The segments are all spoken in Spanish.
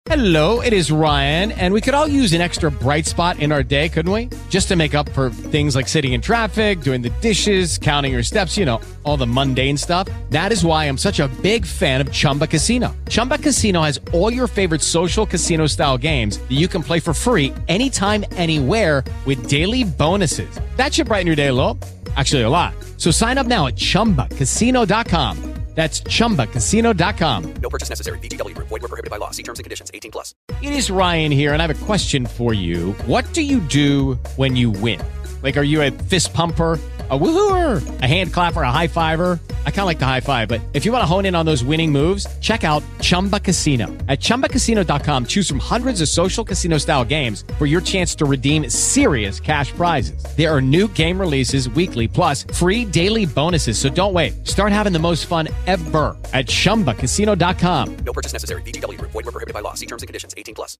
Hello, it is Ryan, and we could all use an extra bright spot in our day, couldn't we? Just to make up for things like sitting in traffic, doing the dishes, counting your steps, you know, all the mundane stuff. That is why I'm such a big fan of Chumba Casino. Chumba Casino has all your favorite social casino-style games that you can play for free anytime, anywhere with daily bonuses. That should brighten your day a little. Actually, a lot. So sign up now at ChumbaCasino.com. That's ChumbaCasino.com. No purchase necessary. VGW Group. Void where prohibited by law. See terms and conditions. 18 plus. It is Ryan here, and I have a question for you. What do you do when you win? Like, are you a fist pumper, a woohooer, a hand clapper, a high fiver? I kind of like the high five, but if you want to hone in on those winning moves, check out Chumba Casino. At ChumbaCasino.com, choose from hundreds of social casino-style games for your chance to redeem serious cash prizes. There are new game releases weekly, plus free daily bonuses, so don't wait. Start having the most fun ever at ChumbaCasino.com. No purchase necessary. VGW Group. Void where prohibited by law. See terms and conditions. 18 plus.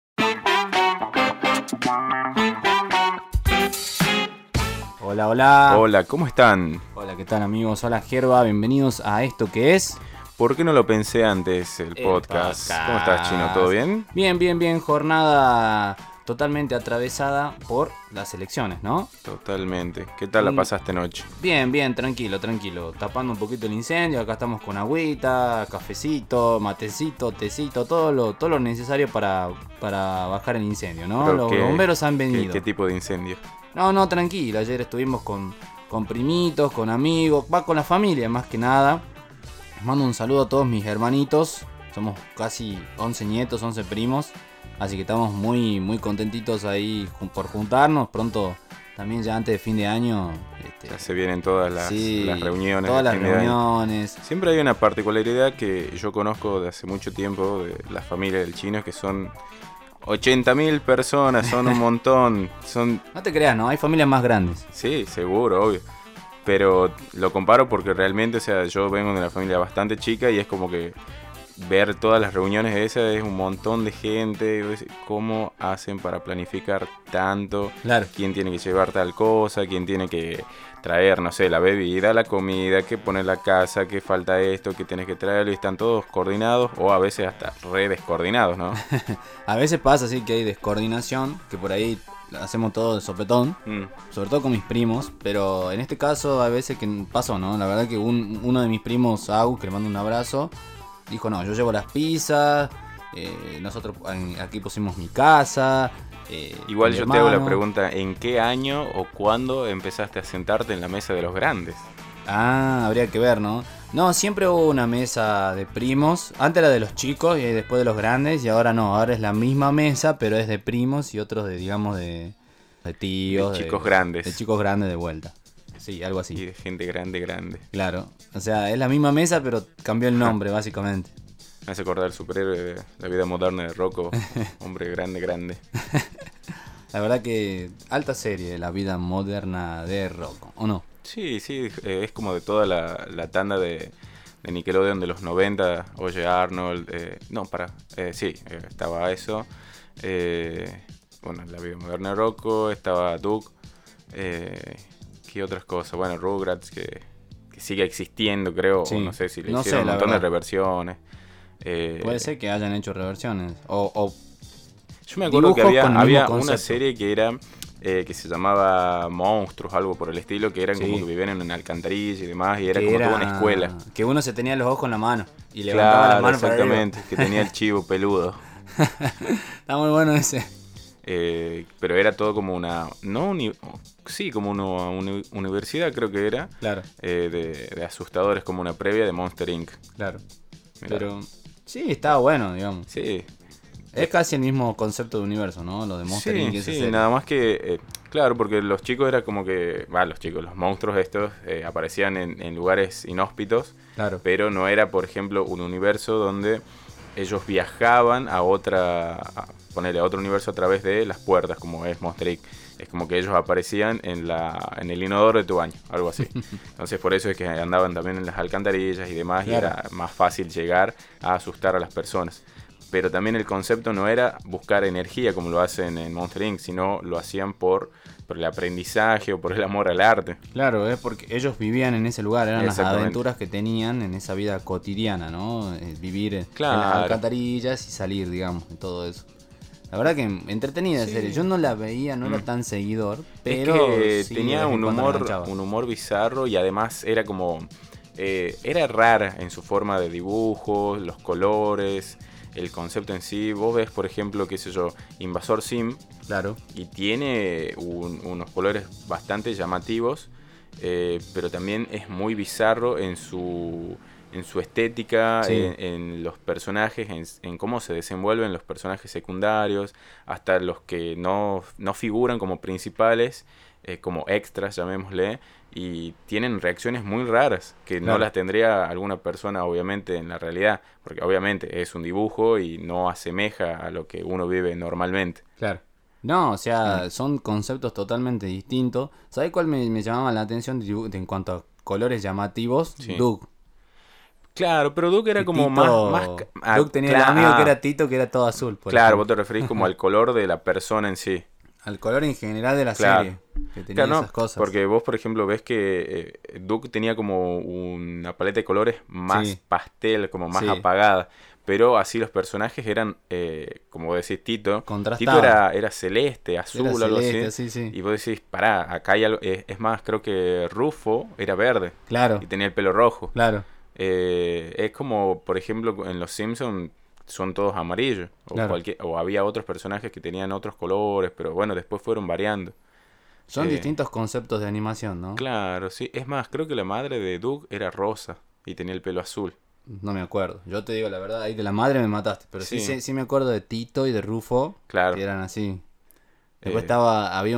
Hola, hola. Hola, ¿cómo están? Hola, ¿qué tal, amigos? Hola, Gerba. Bienvenidos a esto que es... ¿Por qué no lo pensé antes el podcast? ¿Cómo estás, Chino? ¿Todo bien? Bien. Jornada totalmente atravesada por las elecciones, ¿no? Totalmente. ¿Qué tal la pasaste anoche? Bien, tranquilo. Tapando un poquito el incendio. Acá estamos con agüita, cafecito, matecito, tecito, todo lo necesario para bajar el incendio, ¿no? Los bomberos han venido. ¿Qué tipo de incendio? No, tranquilo. Ayer estuvimos con primitos, con amigos, con la familia más que nada. Les mando un saludo a todos mis hermanitos. Somos casi 11 nietos, 11 primos. Así que estamos muy contentitos ahí por juntarnos. Pronto, también ya antes de fin de año. Ya se vienen todas las reuniones. Todas las reuniones. Siempre hay una particularidad que yo conozco de hace mucho tiempo de la familia del Chino, que son 80.000 personas, son un montón. No te creas, ¿no? Hay familias más grandes. Sí, seguro, obvio. Pero lo comparo porque realmente, o sea, yo vengo de una familia bastante chica y es como que ver todas las reuniones esas es un montón de gente. ¿Cómo hacen para planificar tanto? Claro. ¿Quién tiene que llevar tal cosa? ¿Quién tiene que traer, no sé, la bebida, la comida? ¿Qué poner la casa? ¿Qué falta esto? ¿Qué tienes que traerlo? Y están todos coordinados o a veces hasta re descoordinados, ¿no? A veces pasa así que hay descoordinación, que por ahí hacemos todo de sopetón, sobre todo con mis primos, pero en este caso a veces que pasó, ¿no? La verdad que uno de mis primos, Agus, que le mando un abrazo, dijo, no, yo llevo las pizzas, nosotros aquí pusimos mi casa. Igual yo te hago la pregunta, ¿en qué año o cuándo empezaste a sentarte en la mesa de los grandes? Habría que ver, ¿no? No, siempre hubo una mesa de primos. Antes era de los chicos y después de los grandes. Y ahora no, ahora es la misma mesa, pero es de primos y otros de, digamos, de tíos. De chicos grandes. De chicos grandes de vuelta. Sí, algo así. Y de gente grande. Claro. O sea, es la misma mesa, pero cambió el nombre, básicamente. Me hace acordar el superhéroe de la vida moderna de Rocco. Hombre grande. La verdad que alta serie, la vida moderna de Rocco, ¿o no? Sí, es como de toda la tanda de Nickelodeon de los 90, Oye Arnold, estaba eso, la vida moderna de Rocco, estaba Doug, ¿qué otras cosas? Bueno, Rugrats, que sigue existiendo, creo, sí. O no sé si le hicieron un montón de reversiones. Puede ser que hayan hecho reversiones, o yo me acuerdo que había una serie que era... que se llamaba Monstruos, algo por el estilo, que eran como que vivían en una alcantarilla y demás, y era como toda una escuela. Que uno se tenía los ojos en la mano y levantaba la mano exactamente, para que tenía el chivo peludo. Está muy bueno ese. Pero era todo como una... como una universidad creo que era. Claro. De asustadores, como una previa de Monster Inc. Claro. Mirá. Pero sí, estaba bueno, digamos. Sí. Es casi el mismo concepto de universo, ¿no? Lo de Monster Inc. Sí, nada más que... claro, porque los chicos era como que... los monstruos estos aparecían en lugares inhóspitos. Claro. Pero no era, por ejemplo, un universo donde ellos viajaban a otro universo a través de las puertas, como es Monster Inc. Es como que ellos aparecían en el inodoro de tu baño, algo así. Entonces por eso es que andaban también en las alcantarillas y demás, claro. Y era más fácil llegar a asustar a las personas. pero también el concepto no era buscar energía como lo hacen en Monster Inc., sino lo hacían por el aprendizaje o por el amor al arte. Claro, es porque ellos vivían en ese lugar, eran las Exactamente. aventuras que tenían en esa vida cotidiana, ¿no? Vivir en Claro. las alcantarillas y salir, digamos, y todo eso. La verdad que entretenida Sí. serie. Yo no la veía, no era tan seguidor, pero es que sí, tenía de vez en un cuando enganchaba. humor bizarro y además era como... era rara en su forma de dibujo, los colores, el concepto en sí. Vos ves, por ejemplo, qué sé yo, Invasor Sim, Claro. y tiene unos colores bastante llamativos, pero también es muy bizarro en su estética, Sí. en los personajes, en cómo se desenvuelven los personajes secundarios, hasta los que no figuran como principales, como extras, llamémosle, y tienen reacciones muy raras, que Claro. no las tendría alguna persona obviamente en la realidad, porque obviamente es un dibujo y no asemeja a lo que uno vive normalmente. Claro. No, o sea, son conceptos totalmente distintos. ¿Sabes cuál me llamaba la atención en cuanto a colores llamativos? Sí. Doug. Claro, pero Duke era Que como Tito- más... Doug tenía el amigo que era Tito, que era todo azul. Por Claro, ejemplo. vos te referís como al color de la persona en sí. Al color en general de la Claro. serie. Que tenía Claro, no, esas cosas. porque vos, por ejemplo, ves que Duke tenía como una paleta de colores más Sí. pastel, como más Sí. apagada. Pero así los personajes eran, como vos decís, Tito. Contrastaba. Tito era celeste, azul, Era algo celeste, así. sí, sí. Y vos decís, pará, acá hay algo... es más, creo que Rufo era verde Claro, y tenía el pelo rojo. claro. Es como, por ejemplo, en Los Simpsons son todos amarillos. O, Claro. o había otros personajes que tenían otros colores, pero bueno, después fueron variando. Son Eh, distintos conceptos de animación, ¿no? Claro, sí. Es más, creo que la madre de Doug era rosa y tenía el pelo azul. No me acuerdo. Yo te digo la verdad, ahí de la madre me mataste. Pero sí, Sí. sí me acuerdo de Tito y de Rufo. Claro. Que eran así. Después Eh, había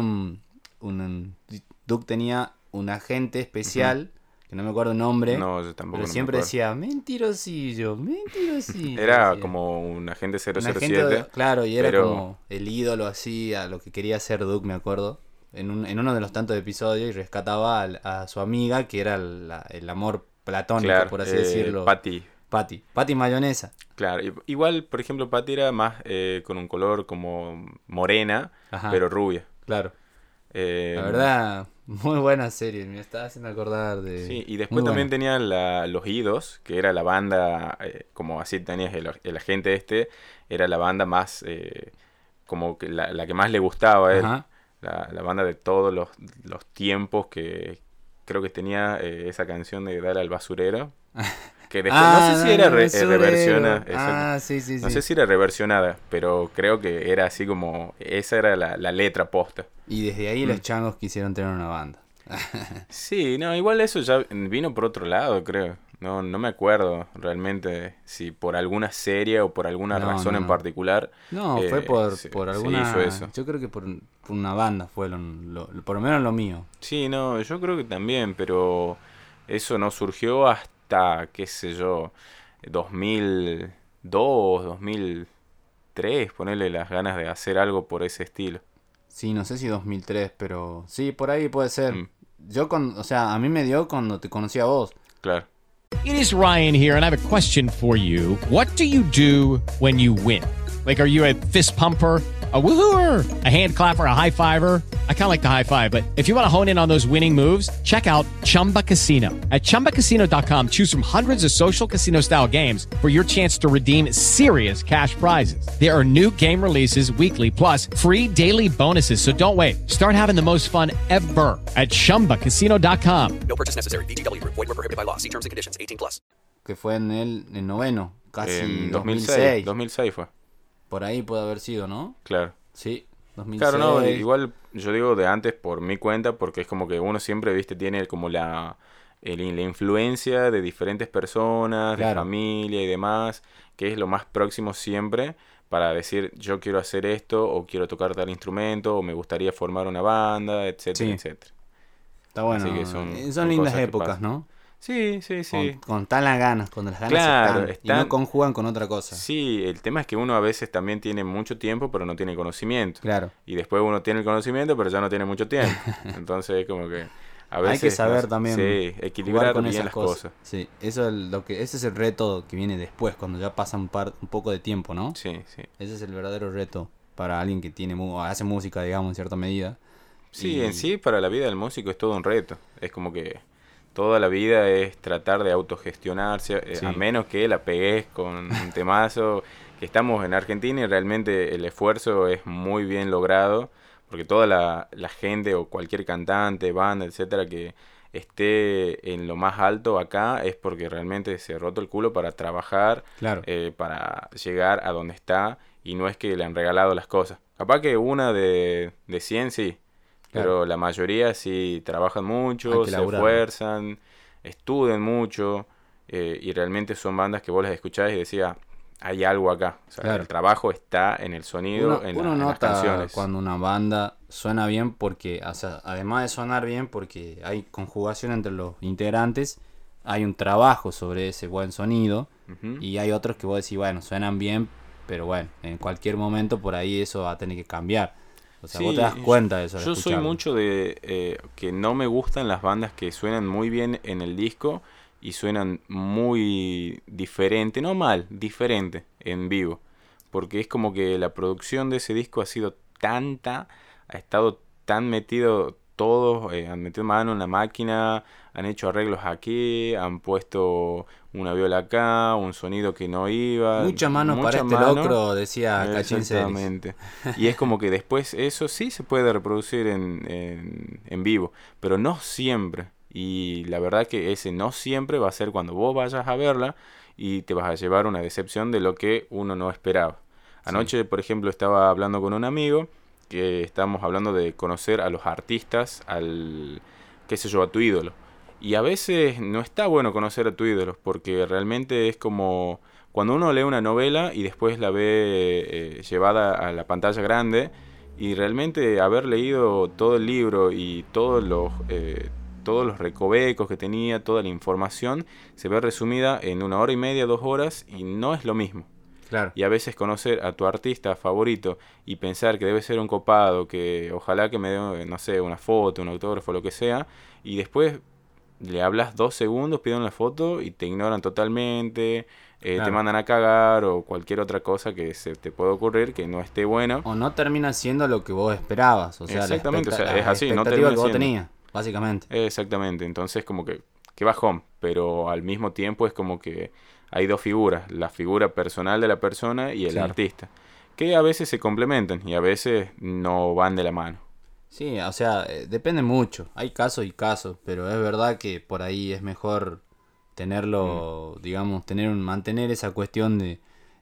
Doug tenía un agente especial, que no me acuerdo el nombre. No, yo tampoco pero no me siempre acuerdo. decía, mentirosillo, mentirosillo. Era decía. como un agente Un 007. agente, claro, y era pero- como el ídolo así a lo que quería hacer Doug, me acuerdo. En uno de los tantos episodios y rescataba a su amiga, que era el amor platónico, Claro, por así decirlo. Patty. Patty Mayonesa. Claro, igual, por ejemplo, Patty era más con un color como morena, Ajá. pero rubia. Claro. Eh, La verdad, muy buena serie. Me estaba haciendo acordar de. Sí, y muy después también buena. tenían los Idos, que era la banda, como así tenías el agente este, era la banda más, como que la que más le gustaba a él. Ajá. La banda de todos los tiempos, que creo que tenía esa canción de Dale al basurero. Que después, no sé si era reversionada. Exacto. Sí, sí, sí. No sé si era reversionada, pero creo que era así como, esa era la letra posta. Y desde ahí los changos quisieron tener una banda. Sí, no, igual eso ya vino por otro lado, creo. No me acuerdo realmente si por alguna serie o por alguna No, razón no, en no. particular. No, fue por se alguna. hizo eso. Yo creo que por una banda fue por lo menos lo mío. Sí, no, yo creo que también, pero eso no surgió hasta, qué sé yo, 2002, 2003, ponerle las ganas de hacer algo por ese estilo. Sí, no sé si 2003, pero sí, por ahí puede ser. Mm. O sea, a mí me dio cuando te conocí a vos. Claro. It is Ryan here, and I have a question for you. What do you do when you win? Like, are you a fist pumper? A woohooer, a hand clapper, a high fiver. I kind of like the high five, but if you want to hone in on those winning moves, check out Chumba Casino. At ChumbaCasino.com, choose from hundreds of social casino style games for your chance to redeem serious cash prizes. There are new game releases weekly, plus free daily bonuses. So don't wait. Start having the most fun ever at ChumbaCasino.com. No purchase necessary. VGW Group. Void were prohibited by law. See terms and conditions. 18+. Que fue en el noveno, casi En 2006. 2006 fue, Por ahí puede haber sido, ¿no? claro. Sí, 2006. Claro, no, igual yo digo de antes por mi cuenta, porque es como que uno siempre, viste, tiene como la influencia de diferentes personas, de Claro. familia y demás, que es lo más próximo siempre para decir yo quiero hacer esto, o quiero tocar tal instrumento, o me gustaría formar una banda, etcétera, Sí. etcétera. Está bueno. Así que son lindas cosas que épocas, pasan. ¿no? Sí, sí, sí. Con tan las ganas, cuando las ganas Claro, están, y están- no conjugan con otra cosa. Sí, el tema es que uno a veces también tiene mucho tiempo, pero no tiene conocimiento. Claro. Y después uno tiene el conocimiento, pero ya no tiene mucho tiempo. Entonces es como que A veces, hay que saber también equilibrar con bien esas las cosas. Sí, eso es ese es el reto que viene después, cuando ya pasa un poco de tiempo, ¿no? Sí, sí. Ese es el verdadero reto para alguien que hace música, digamos, en cierta medida. Sí, en sí, para la vida del músico es todo un reto. Es como que toda la vida es tratar de autogestionarse, Sí. a menos que la pegues con un temazo. Que estamos en Argentina y realmente el esfuerzo es muy bien logrado, porque toda la gente o cualquier cantante, banda, etcétera, que esté en lo más alto acá es porque realmente se ha roto el culo para trabajar, Claro. para llegar a donde está, y no es que le han regalado las cosas. Capaz que una de 100 sí, Claro. pero la mayoría sí trabajan Hay mucho, que se laburar, esfuerzan, estudian mucho, y realmente son bandas que vos las escuchás y decías, hay algo acá. O sea, Claro. el trabajo está en el sonido, Uno en las nota canciones. cuando una banda suena bien porque, o sea, además de sonar bien, porque hay conjugación entre los integrantes, hay un trabajo sobre ese buen sonido, Ujú. y hay otros que vos decís, bueno, suenan bien, pero bueno, en cualquier momento por ahí eso va a tener que cambiar. O sea, Sí, vos te das cuenta de eso. al Yo soy escucharlo. mucho de que no me gustan las bandas que suenan muy bien en el disco y suenan muy diferente, no mal, diferente en vivo. Porque es como que la producción de ese disco ha sido tanta, ha estado tan metido todos, han metido mano en la máquina, han hecho arreglos aquí, han puesto una viola acá, un sonido que no iba. Muchas manos para este mano. locro, decía Cachín Celis. Exactamente. Y es como que después eso sí se puede reproducir en vivo, pero no siempre. Y la verdad que ese no siempre va a ser cuando vos vayas a verla y te vas a llevar una decepción de lo que uno no esperaba. Anoche, por ejemplo, estaba hablando con un amigo que estábamos hablando de conocer a los artistas, qué sé yo, a tu ídolo. Y a veces no está bueno conocer a tu ídolo, porque realmente es como cuando uno lee una novela y después la ve llevada a la pantalla grande, y realmente haber leído todo el libro y todos los recovecos que tenía, toda la información, se ve resumida en 1 hora y media, 2 horas, y no es lo mismo. Claro. Y a veces conocer a tu artista favorito y pensar que debe ser un copado, que ojalá que me dé, no sé, una foto, un autógrafo, lo que sea, y después le hablas 2 segundos, piden una foto y te ignoran totalmente, Claro. te mandan a cagar o cualquier otra cosa que se te pueda ocurrir que no esté bueno. O no termina siendo lo que vos esperabas. O sea, Exactamente, o sea, la es así, no expectativa termina que vos siendo. tenías, básicamente. Exactamente, entonces como que bajón, pero al mismo tiempo es como que hay dos figuras, la figura personal de la persona y el Sí. artista, que a veces se complementan y a veces no van de la mano. Sí, o sea, depende mucho. Hay casos y casos, pero es verdad que por ahí es mejor tenerlo, digamos, mantener esa cuestión de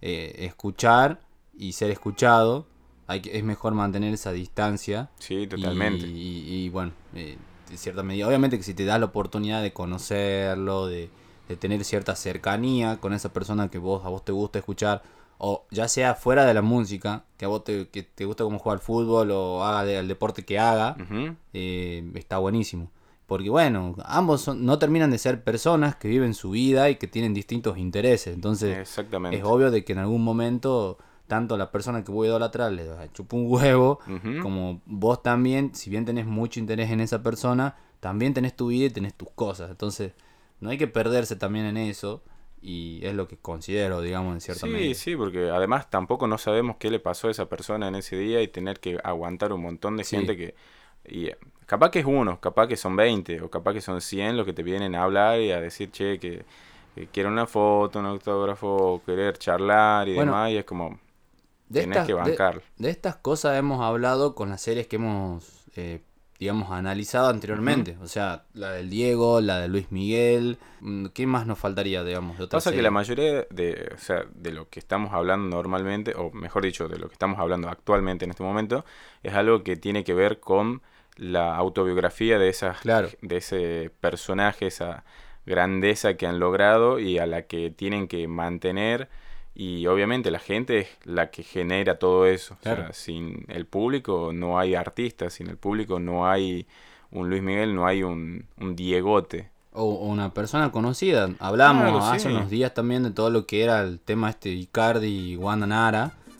escuchar y ser escuchado. Es mejor mantener esa distancia. Sí, totalmente. Y bueno, de cierta medida. Obviamente que si te das la oportunidad de conocerlo, de tener cierta cercanía con esa persona que a vos te gusta escuchar, o ya sea fuera de la música, que a vos que te gusta cómo juega al fútbol o haga el deporte que haga, Ujú. está buenísimo. Porque bueno, ambos no terminan de ser personas que viven su vida y que tienen distintos intereses. Entonces Exactamente. es obvio de que en algún momento tanto la persona que voy a idolatrar le chupa un huevo, Ujú. como vos también, si bien tenés mucho interés en esa persona, también tenés tu vida y tenés tus cosas. Entonces no hay que perderse también en eso, y es lo que considero, digamos, en cierta medida. Sí, porque además tampoco no sabemos qué le pasó a esa persona en ese día y tener que aguantar un montón de Sí. gente que... Y capaz que es uno, capaz que son 20 o capaz que son 100 los que te vienen a hablar y a decir, che, que quiero una foto, un autógrafo, o querer charlar y Bueno, demás, y es como... De Tenés que bancarlo. de estas cosas hemos hablado con las series que hemos, digamos, analizado anteriormente. O sea, la del Diego, la de Luis Miguel. ¿Qué más nos faltaría, digamos, de otra Pasa que serie? la mayoría o sea, de lo que estamos hablando normalmente, o mejor dicho, de lo que estamos hablando actualmente en este momento, es algo que tiene que ver con la autobiografía de Claro. de ese personaje, esa grandeza que han logrado y a la que tienen que mantener. Y obviamente la gente es la que genera todo eso. Claro. O sea, sin el público no hay artistas, sin el público no hay un Luis Miguel, no hay un Diegote. O una persona conocida. Hablamos Claro, hace sí. unos días también de todo lo que era el tema Icardi y Wanda Nara.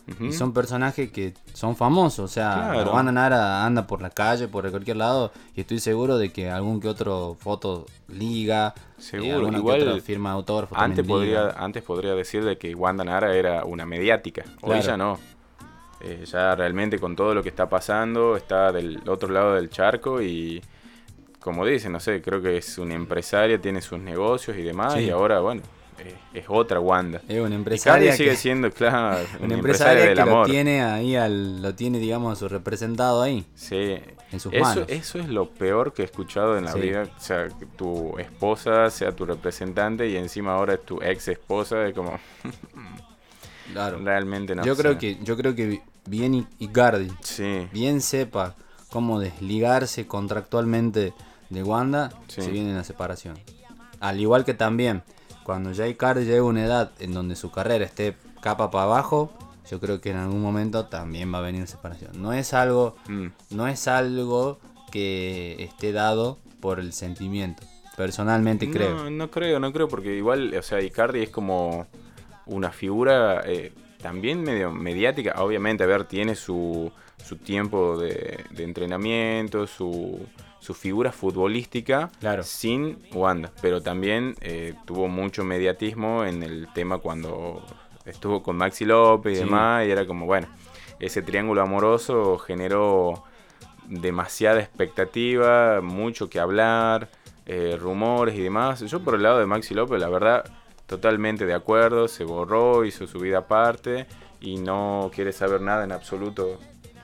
Ujú. Y son personajes que son famosos, o sea, Claro. Wanda Nara anda por la calle, por cualquier lado, y estoy seguro de que algún que otro foto liga, Seguro, alguna igual que otra firma de autógrafo Antes también liga. antes podría decir de que Wanda Nara era una mediática. Hoy Claro. ya no. Ya realmente con todo lo que está pasando, está del otro lado del charco y como dicen, no sé, creo que es una empresaria, tiene sus negocios y demás, Sí. y ahora, bueno, es otra Wanda. Es una Y empresaria Cardi sigue que, siendo, claro, una empresaria empresaria del que amor. lo tiene ahí, lo tiene, digamos, a su representado ahí, Sí, en sus eso, manos. eso es lo peor que he escuchado en la Sí. vida. O sea, que tu esposa sea tu representante y encima ahora es tu ex esposa, es como, Claro. realmente no yo sé. creo que bien Icardi, Sí, bien sepa cómo desligarse contractualmente de Wanda, Sí. se viene la separación. Al igual que también, cuando ya Icardi llegue a una edad en donde su carrera esté capa para abajo, yo creo que en algún momento también va a venir separación. No es algo que esté dado por el sentimiento. Personalmente creo. No creo, porque igual, o sea, Icardi es como una figura también medio mediática. Obviamente, a ver, tiene su tiempo de entrenamiento, su figura futbolística, Claro. sin Wanda. Pero también tuvo mucho mediatismo en el tema cuando estuvo con Maxi López y Sí. demás, y era como, bueno, ese triángulo amoroso generó demasiada expectativa, mucho que hablar, rumores y demás. Yo por el lado de Maxi López, la verdad, totalmente de acuerdo, se borró, hizo su vida aparte y no quiere saber nada en absoluto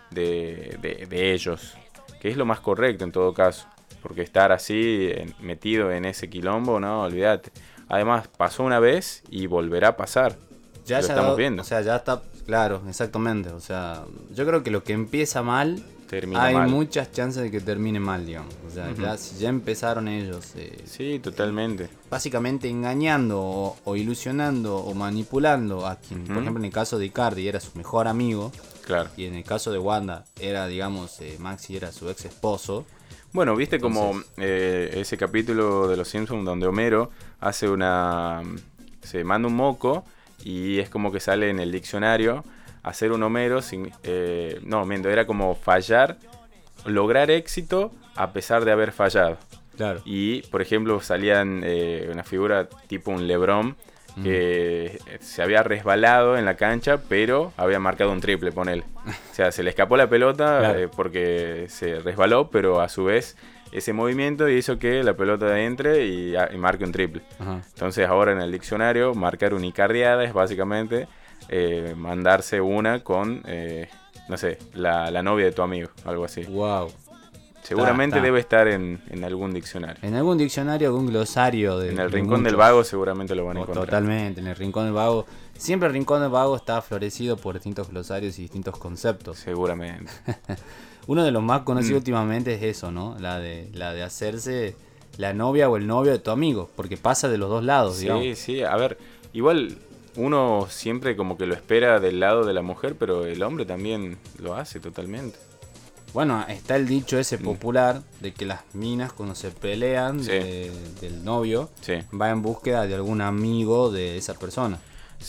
de ellos, que es lo más correcto en todo caso, porque estar así metido en ese quilombo, no, olvídate. Además, pasó una vez y volverá a pasar. Ya Lo se ha estamos dado- viendo. O sea, ya está, claro, exactamente. O sea, yo creo que lo que empieza mal, Termina hay mal. muchas chances de que termine mal, digamos. O sea, Ujú. si ya empezaron ellos Sí, totalmente. básicamente engañando o ilusionando o manipulando a quien, por Ujú. ejemplo, en el caso de Icardi era su mejor amigo Claro. y en el caso de Wanda era, digamos, Maxi era su ex esposo. Bueno, viste como Entonces- ese capítulo de Los Simpsons donde Homero hace se manda un moco y es como que sale en el diccionario hacer un Homero no, miento, era como lograr éxito a pesar de haber fallado. Claro. Y, por ejemplo, salían una figura tipo un LeBron que se había resbalado en la cancha, pero había marcado un triple, ponele. O sea, se le escapó la pelota Claro. porque se resbaló, pero a su vez ese movimiento hizo que la pelota entre y marque un triple. Ajá. Entonces ahora en el diccionario marcar una icardiada es básicamente mandarse una con, no sé, la novia de tu amigo, algo así. Wow. Seguramente está. debe estar en algún diccionario. En algún diccionario, algún glosario de En el de Rincón del muchos. Vago seguramente lo van a O encontrar. totalmente, en el Rincón del Vago. Siempre el Rincón del Vago está florecido por distintos glosarios y distintos conceptos. Seguramente. Uno de los más conocidos últimamente es eso, ¿no? La de hacerse la novia o el novio de tu amigo, porque pasa de los dos lados, digamos. Sí, sí, a ver, igual uno siempre como que lo espera del lado de la mujer, pero el hombre también lo hace totalmente. Bueno, está el dicho ese popular de que las minas cuando se pelean Sí. del novio, Sí. va en búsqueda de algún amigo de esa persona.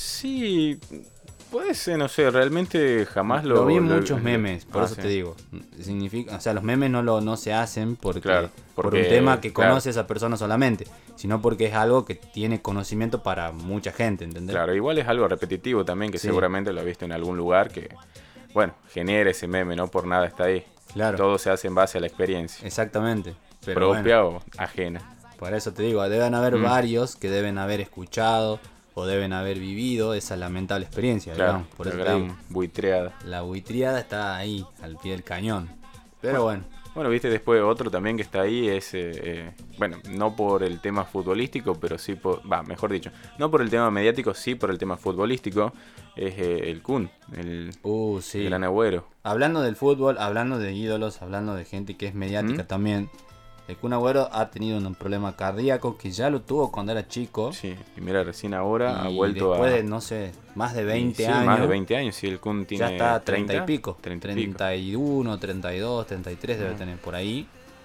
Sí, puede ser, no sé, realmente jamás Lo vi en lo- muchos lo- memes, por Ah, eso sí. te digo. Significa, o sea, los memes no se hacen Claro, por porque- un tema que claro. conoce esa persona solamente, sino porque es algo que tiene conocimiento para mucha gente, ¿entendés? Claro, igual es algo repetitivo también, que Sí. seguramente lo has visto en algún lugar que, bueno, genera ese meme, no por nada está ahí. Claro. Todo se hace en base a la experiencia, Exactamente. Pero propia bueno, o ajena. por eso te digo, deben haber varios que deben haber escuchado o deben haber vivido esa lamentable experiencia, Claro, digamos. Por la eso te digo, gran buitreada. la buitriada está ahí, al pie del cañón. Pero bueno, Bueno, viste, después otro también que está ahí es, bueno, no por el tema futbolístico, pero sí mejor dicho, no por el tema mediático, sí por el tema futbolístico, es el Kun, el sí. gran Agüero. Hablando del fútbol, hablando de ídolos, hablando de gente que es mediática también, el Kun Agüero ha tenido un problema cardíaco que ya lo tuvo cuando era chico. Sí, y mira, recién ahora ha y vuelto después a... de, no sé, más de 20 sí, años. más de 20 años, sí, el Kun tiene Ya está a 30 y pico. 30 y pico. 31, 32, 33 debe tener por ahí.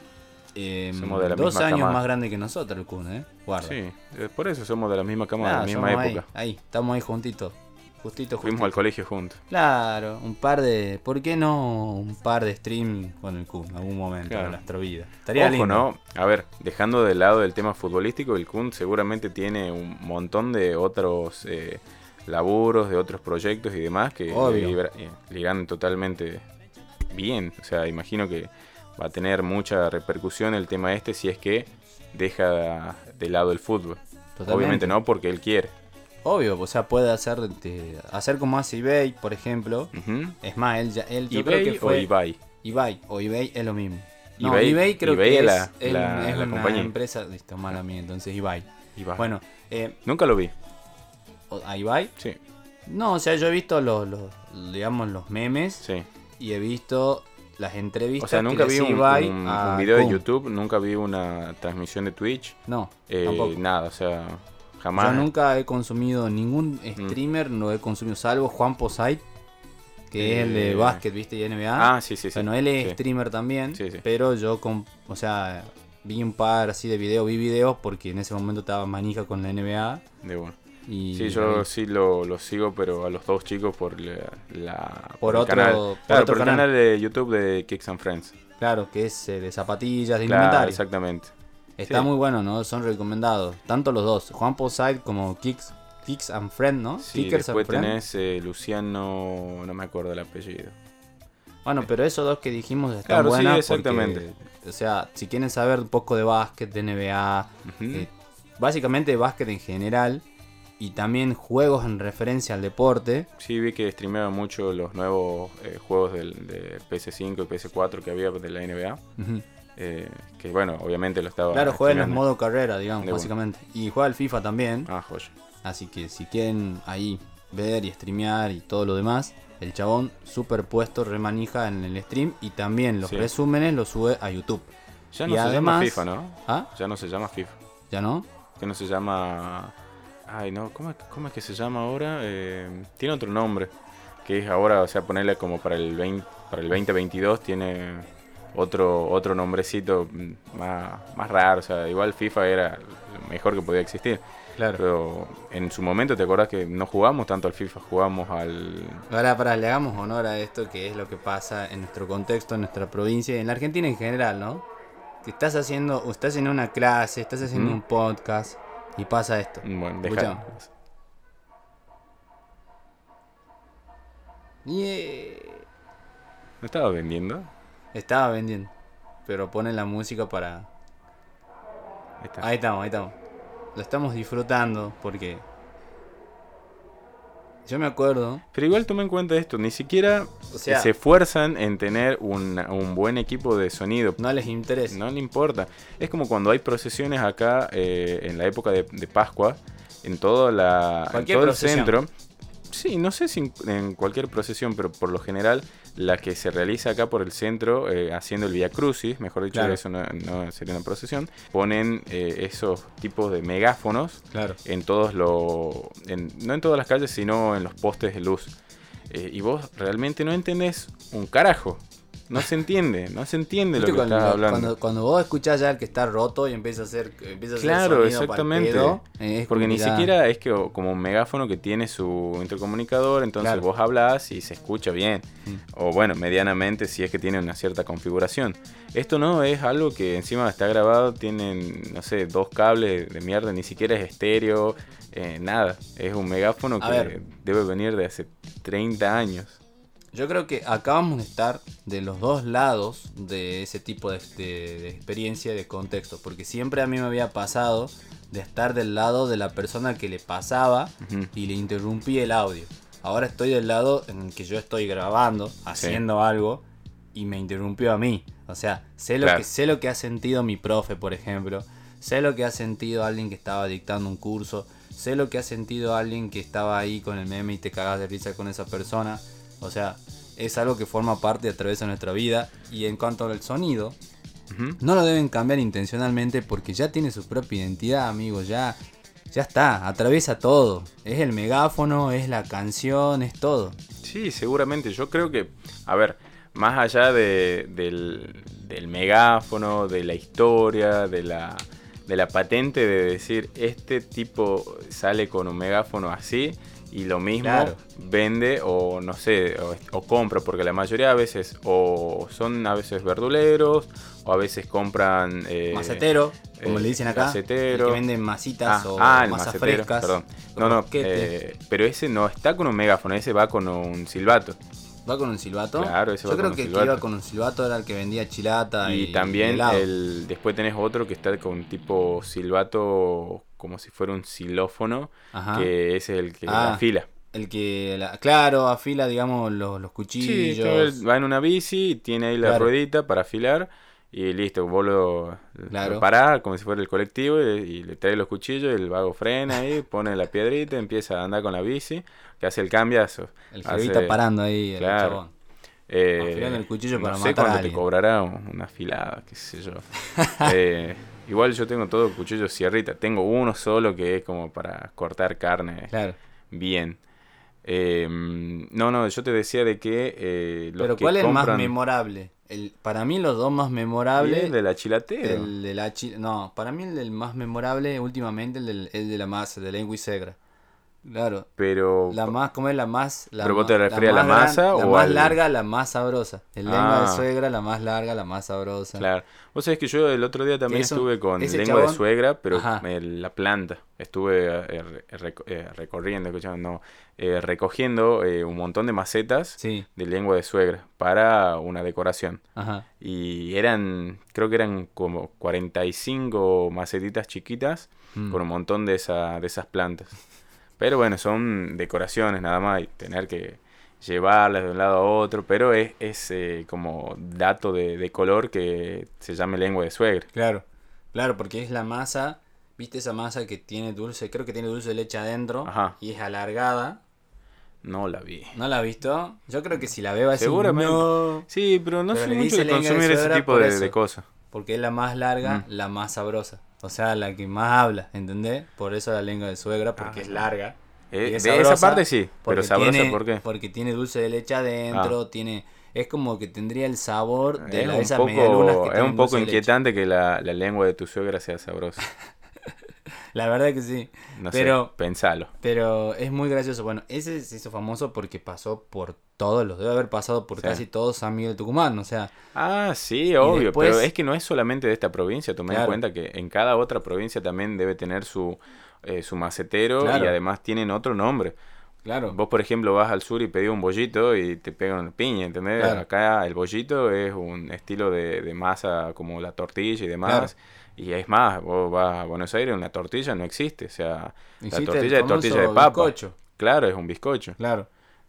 Somos de la 2 misma años camada. más grande que nosotros el Kun, Guarda. Sí, por eso somos de la misma cama, de Ah, la misma somos época. ahí, estamos ahí juntitos. Justito. Fuimos al colegio juntos. Claro, un par de... ¿Por qué no un par de stream con el Kun en algún momento Claro. de nuestra vida? Estaría Ojo, lindo. ¿no? A ver, dejando de lado el tema futbolístico, el Kun seguramente tiene un montón de otros laburos, de otros proyectos y demás que Obvio. le irán totalmente bien. O sea, imagino que va a tener mucha repercusión el tema este si es que deja de lado el fútbol. Totalmente. Obviamente no, porque él quiere. Obvio, o sea, puede hacer como hace Ibai, por ejemplo. Ujú. Es más, él yo creo ¿eBay que fue... o Ibai? Ibai o eBay es lo mismo. No, eBay- eBay creo eBay que es es la una compañía. empresa... Listo, mala mía, entonces Ibai. Ibai. Bueno, Nunca lo vi. ¿a Ibai? Sí, No, o sea, yo he visto digamos, los memes sí. y he visto las entrevistas O sea, nunca que le vi hacía un Ibai a video de Kun. YouTube, nunca vi una transmisión de Twitch. No, tampoco. Nada, o sea, jamás. Yo nunca he consumido ningún streamer, no he consumido salvo Juan Posait, que es el de básquet, ¿viste? Y NBA. Ah, sí, sí, sí. Bueno, él es Sí. streamer también, Sí, sí. pero yo, o sea, vi un par así de videos, vi videos porque en ese momento estaba manija con la NBA. De bueno. Y Sí, yo ahí- sí lo sigo, pero a los dos chicos por por Por el otro- canal. por Claro, otro por el canal. canal de YouTube de Kicks and Friends. Claro, que es de zapatillas, de Claro, indumentaria. exactamente. Está Sí. muy bueno, ¿no? Son recomendados. Tanto los dos, Juan Posait como Kicks and Friends, ¿no? Sí, Kickers and después Friends. tenés Luciano, no me acuerdo el apellido. Bueno, pero esos dos que dijimos están Claro, sí, buenas exactamente. porque, o sea, si quieren saber un poco de básquet, de NBA, Ujú. básicamente de básquet en general y también juegos en referencia al deporte. Sí, vi que streameaba mucho los nuevos juegos de PS5 y PS4 que había de la NBA. Ujú. Que bueno, obviamente lo estaba. Claro, juega en los streameando. modo carrera, digamos, De una. básicamente. Y juega al FIFA también. Ah, joya. Así que si quieren ahí ver y streamear y todo lo demás, el chabón superpuesto remanija en el stream y también los Sí. resúmenes los sube a YouTube. Ya Y no se llama además- FIFA, ¿no? ¿Ah? Ya no se llama FIFA. ¿Ya no? Que no se llama. Ay, no, ¿cómo es que se llama ahora? Tiene otro nombre. Que es ahora, o sea, ponerle como para el 2022 tiene otro nombrecito más raro. O sea, igual FIFA era lo mejor que podía existir. Claro. Pero en su momento, ¿te acordás que no jugamos tanto al FIFA? Jugamos al. Ahora, le hagamos honor a esto que es lo que pasa en nuestro contexto, en nuestra provincia y en la Argentina en general, ¿no? Que estás en una clase, estás haciendo Ujú. un podcast y pasa esto. Bueno, Escuchamos. dejá. ¿No estaba vendiendo? Estaba vendiendo, pero pone la música para... Ahí está. Ahí estamos. Lo estamos disfrutando porque... Yo me acuerdo... Pero igual toma en cuenta esto, ni siquiera O sea- se esfuerzan en tener un buen equipo de sonido. No les interesa. No le importa. Es como cuando hay procesiones acá en la época de Pascua, en todo Cualquier el procesión. centro. Sí, no sé si en cualquier procesión, pero por lo general la que se realiza acá por el centro, haciendo el Via Crucis, mejor dicho, Claro. eso no sería una procesión, ponen esos tipos de megáfonos Claro. en no en todas las calles, sino en los postes de luz. Y vos realmente no entendés un carajo. No se entiende lo ¿Viste que estás hablando. cuando vos escuchás ya el que está roto y empieza a hacer Claro, sonido exactamente. pa'l pedo, es Porque como ni que ya- siquiera es que como un megáfono que tiene su intercomunicador, entonces Claro. vos hablás y se escucha bien. O bueno, medianamente si es que tiene una cierta configuración. Esto no es algo que encima está grabado, tienen, no sé, 2 cables de mierda, ni siquiera es estéreo, nada. Es un megáfono A que ver. debe venir de hace 30 años. Yo creo que acabamos de estar de los dos lados de ese tipo de experiencia, de contexto. Porque siempre a mí me había pasado de estar del lado de la persona que le pasaba Ujú. y le interrumpía el audio. Ahora estoy del lado en el que yo estoy grabando, haciendo algo y me interrumpió a mí. O sea, sé Claro. lo que ha sentido mi profe, por ejemplo. Sé lo que ha sentido alguien que estaba dictando un curso. Sé lo que ha sentido alguien que estaba ahí con el meme y te cagas de risa con esa persona. O sea, es algo que forma parte y atraviesa nuestra vida. Y en cuanto al sonido, Ujú. no lo deben cambiar intencionalmente porque ya tiene su propia identidad, amigos. Ya está, atraviesa todo. Es el megáfono, es la canción, es todo. Sí, seguramente. Yo creo que, a ver, más allá del megáfono, de la historia, de la patente de decir este tipo sale con un megáfono así Y lo mismo Claro. vende o no sé, o compra, porque la mayoría a veces o son a veces verduleros o a veces compran... Macetero, como le dicen acá. Macetero. El que venden masitas o el masas macetero, frescas. perdón. o No, croquetes. pero ese no está con un megáfono, ese va con un silbato. ¿Va con un silbato? Claro, ese va Yo creo con un que el que silbato. iba con un silbato era el que vendía chilata Y también helado. después tenés otro que está con tipo silbato como si fuera un xilófono, Ajá. que ese es el que Ah. afila. El que, claro, afila, digamos, los Sí, cuchillos. él va en una bici, tiene ahí la Claro. ruedita para afilar y listo, vos lo Claro. parás como si fuera el colectivo y le trae los cuchillos, el vago frena ahí, pone la piedrita, empieza a andar con la bici, que hace el cambiazo. El Hace- jevita parando ahí, el claro. chabón. Eh, Afilando el cuchillo para no sé matar a cuánto te alguien. cobrará una afilada, qué sé yo. Igual yo tengo todo cuchillo sierrita. Tengo uno solo que es como para cortar carne Claro. bien. No, yo te decía de que los Pero que ¿cuál es el más compran... memorable? Para mí los dos más Y memorables... el de la chilatera. El de la No, para mí el del más memorable últimamente el de la masa, de lengua y segra. Claro. Pero... La más, ¿cómo es la más? ¿Pero vos te referís a la más masa la o más al- larga, la más sabrosa. El lengua de Ah. suegra, la más larga, la más sabrosa. Claro. Vos sabés que yo el otro día también Eso- estuve con ese lengua de chabón- suegra, pero Ajá. la planta. Estuve recorriendo, recogiendo un montón de macetas Sí. de lengua de suegra para una decoración. Ajá. Y creo que eran como 45 macetitas chiquitas con un montón de esas plantas. Pero bueno, son decoraciones nada más y tener que llevarlas de un lado a otro, pero es como dato de color que se llame lengua de suegra. Claro. Claro, porque es la masa, ¿viste esa masa que tiene dulce? Creo que tiene dulce de leche adentro. Ajá. Y es alargada. No la vi. ¿No la has visto? Yo creo que si la veo así, Seguramente. no. Sí, pero no Pero soy le mucho dice de lengua de consumir ese suegra tipo por de eso. cosas. Porque es la más larga, la más sabrosa. O sea, la que más habla, ¿entendés? Por eso la lengua de suegra, porque es larga. Y es De esa sabrosa, parte sí, pero porque sabrosa tiene- ¿por qué? Porque tiene dulce de leche adentro, tiene... Es como que tendría el sabor de Es esas medialunas que es tienen un poco dulce de leche. inquietante que la lengua de tu suegra sea sabrosa. La verdad que sí. No pero, sé, pensalo. pero es muy gracioso. Bueno, ese se hizo famoso porque pasó por todos los... Debe haber pasado por Sí. casi todos San Miguel de Tucumán, o sea... Ah, sí, obvio, después- pero es que no es solamente de esta provincia, tomé en Claro. cuenta que en cada otra provincia también debe tener su macetero Claro. y además tienen otro nombre. Claro. Vos, por ejemplo, vas al sur y pedís un bollito y te pegan una piña, ¿entendés? Claro. Acá el bollito es un estilo de masa como la tortilla y demás. Claro. Y es más, vos vas a Buenos Aires, una tortilla no existe. O sea, Existe la tortilla el es tortilla de famoso papa. bizcocho. Claro, es un bizcocho. Claro.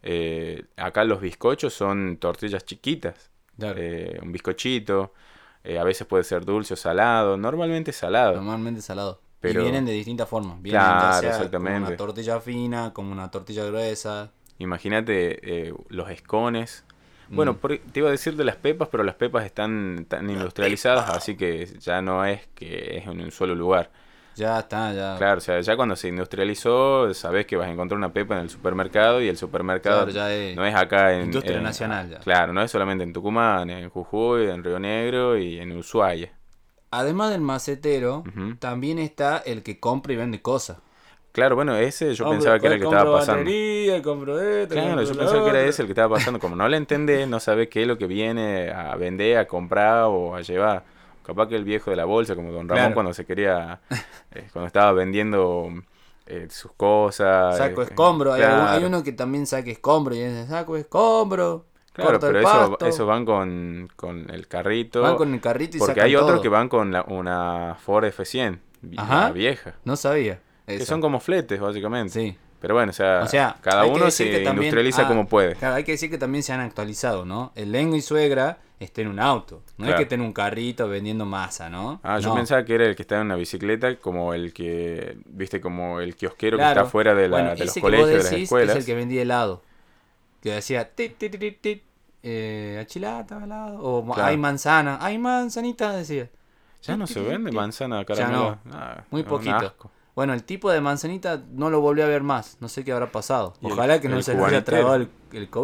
Acá los bizcochos son tortillas chiquitas. Claro. Un bizcochito. A veces puede ser dulce o salado. Normalmente salado. Normalmente salado. Pero- Y vienen de distintas formas. Vienen Claro, ya sea exactamente. como una tortilla fina, como una tortilla gruesa. Imagínate los escones. Bueno, te iba a decir de las pepas, pero las pepas están tan industrializadas, así que ya no es que es en un solo lugar. Ya está, ya. Claro, o sea, ya cuando se industrializó, sabés que vas a encontrar una pepa en el supermercado y el supermercado Claro, ya es no es acá en... industria nacional ya. Claro, no es solamente en Tucumán, en Jujuy, en Río Negro y en Ushuaia. Además del macetero, Ujú. también está el que compra y vende cosas. Claro, bueno, ese yo pensaba que era el que estaba pasando. Batería, compro esto, Claro, compro yo lo pensaba que era otro. ese el que estaba pasando. Como no le entendés, no sabés qué es lo que viene a vender, a comprar o a llevar. Capaz que el viejo de la bolsa, como Don Ramón, Claro. cuando se quería, cuando estaba vendiendo sus cosas. Saco escombro. Claro, Hay uno que también saca escombro y dice, saco escombro. claro, corto pero el pasto. eso van con el carrito. Van con el carrito y porque sacan hay otros todo. que van con una Ford F100, Ajá. la vieja. No sabía. Que eso. son como fletes, básicamente. Sí. Pero bueno, O sea, cada hay que uno decir se que también- industrializa como puede. Claro, hay que decir que también se han actualizado, ¿no? El lengua y suegra está en un auto. No Claro. es que esté en un carrito vendiendo masa, ¿no? Ah, yo No. pensaba que era el que está en una bicicleta, como el que, viste, como el kiosquero Claro. que está fuera de, Bueno, de los ese que colegios, vos de las decís escuelas. es el que vendía helado. Que decía, tit, tit, tit, tit, achilata, helado. O Claro. hay manzana, hay manzanita, decía. Ya no se vende manzana Ya caramelo. no, Ah, muy es un poquito. asco. Bueno, el tipo de manzanita no lo volví a ver más. No sé qué habrá pasado. ¿Y Ojalá que no el se le haya cubanitero? tragado el COVID.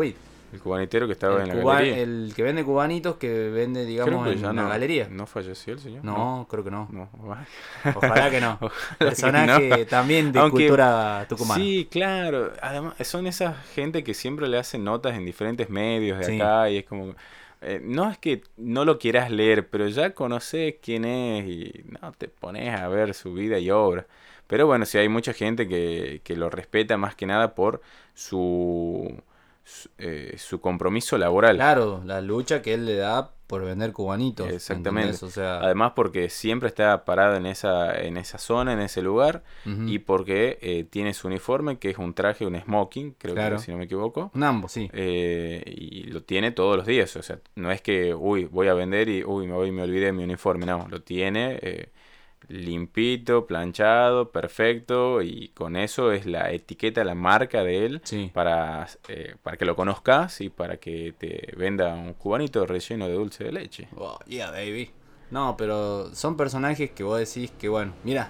El cubanitero que estaba en la galería. El que vende cubanitos, que vende, digamos, Creo que en ya la galería. ¿No falleció el señor? No, creo que no. No. Ojalá que no. Ojalá Personaje que no. también de Aunque, cultura tucumana. Sí, claro. Además, son esa gente que siempre le hacen notas en diferentes medios de Sí. acá y es como... no es que no lo quieras leer, pero ya conoces quién es y no te pones a ver su vida y obra. Pero bueno, sí hay mucha gente que lo respeta más que nada por su compromiso laboral. Claro, la lucha que él le da por vender cubanitos. Exactamente. ¿entendés? O sea, Además porque siempre está parado en esa zona, en ese lugar, ujú. y porque tiene su uniforme, que es un traje, un smoking, creo Claro. que si no me equivoco. un ambos, sí. Y lo tiene todos los días, o sea, no es que, voy a vender y, me olvidé de mi uniforme, no, lo tiene limpito, planchado, perfecto, y con eso es la etiqueta, la marca de él, Sí. para que lo conozcas y para que te venda un cubanito relleno de dulce de leche. Oh, yeah, baby. No, pero son personajes que vos decís que, bueno, mira,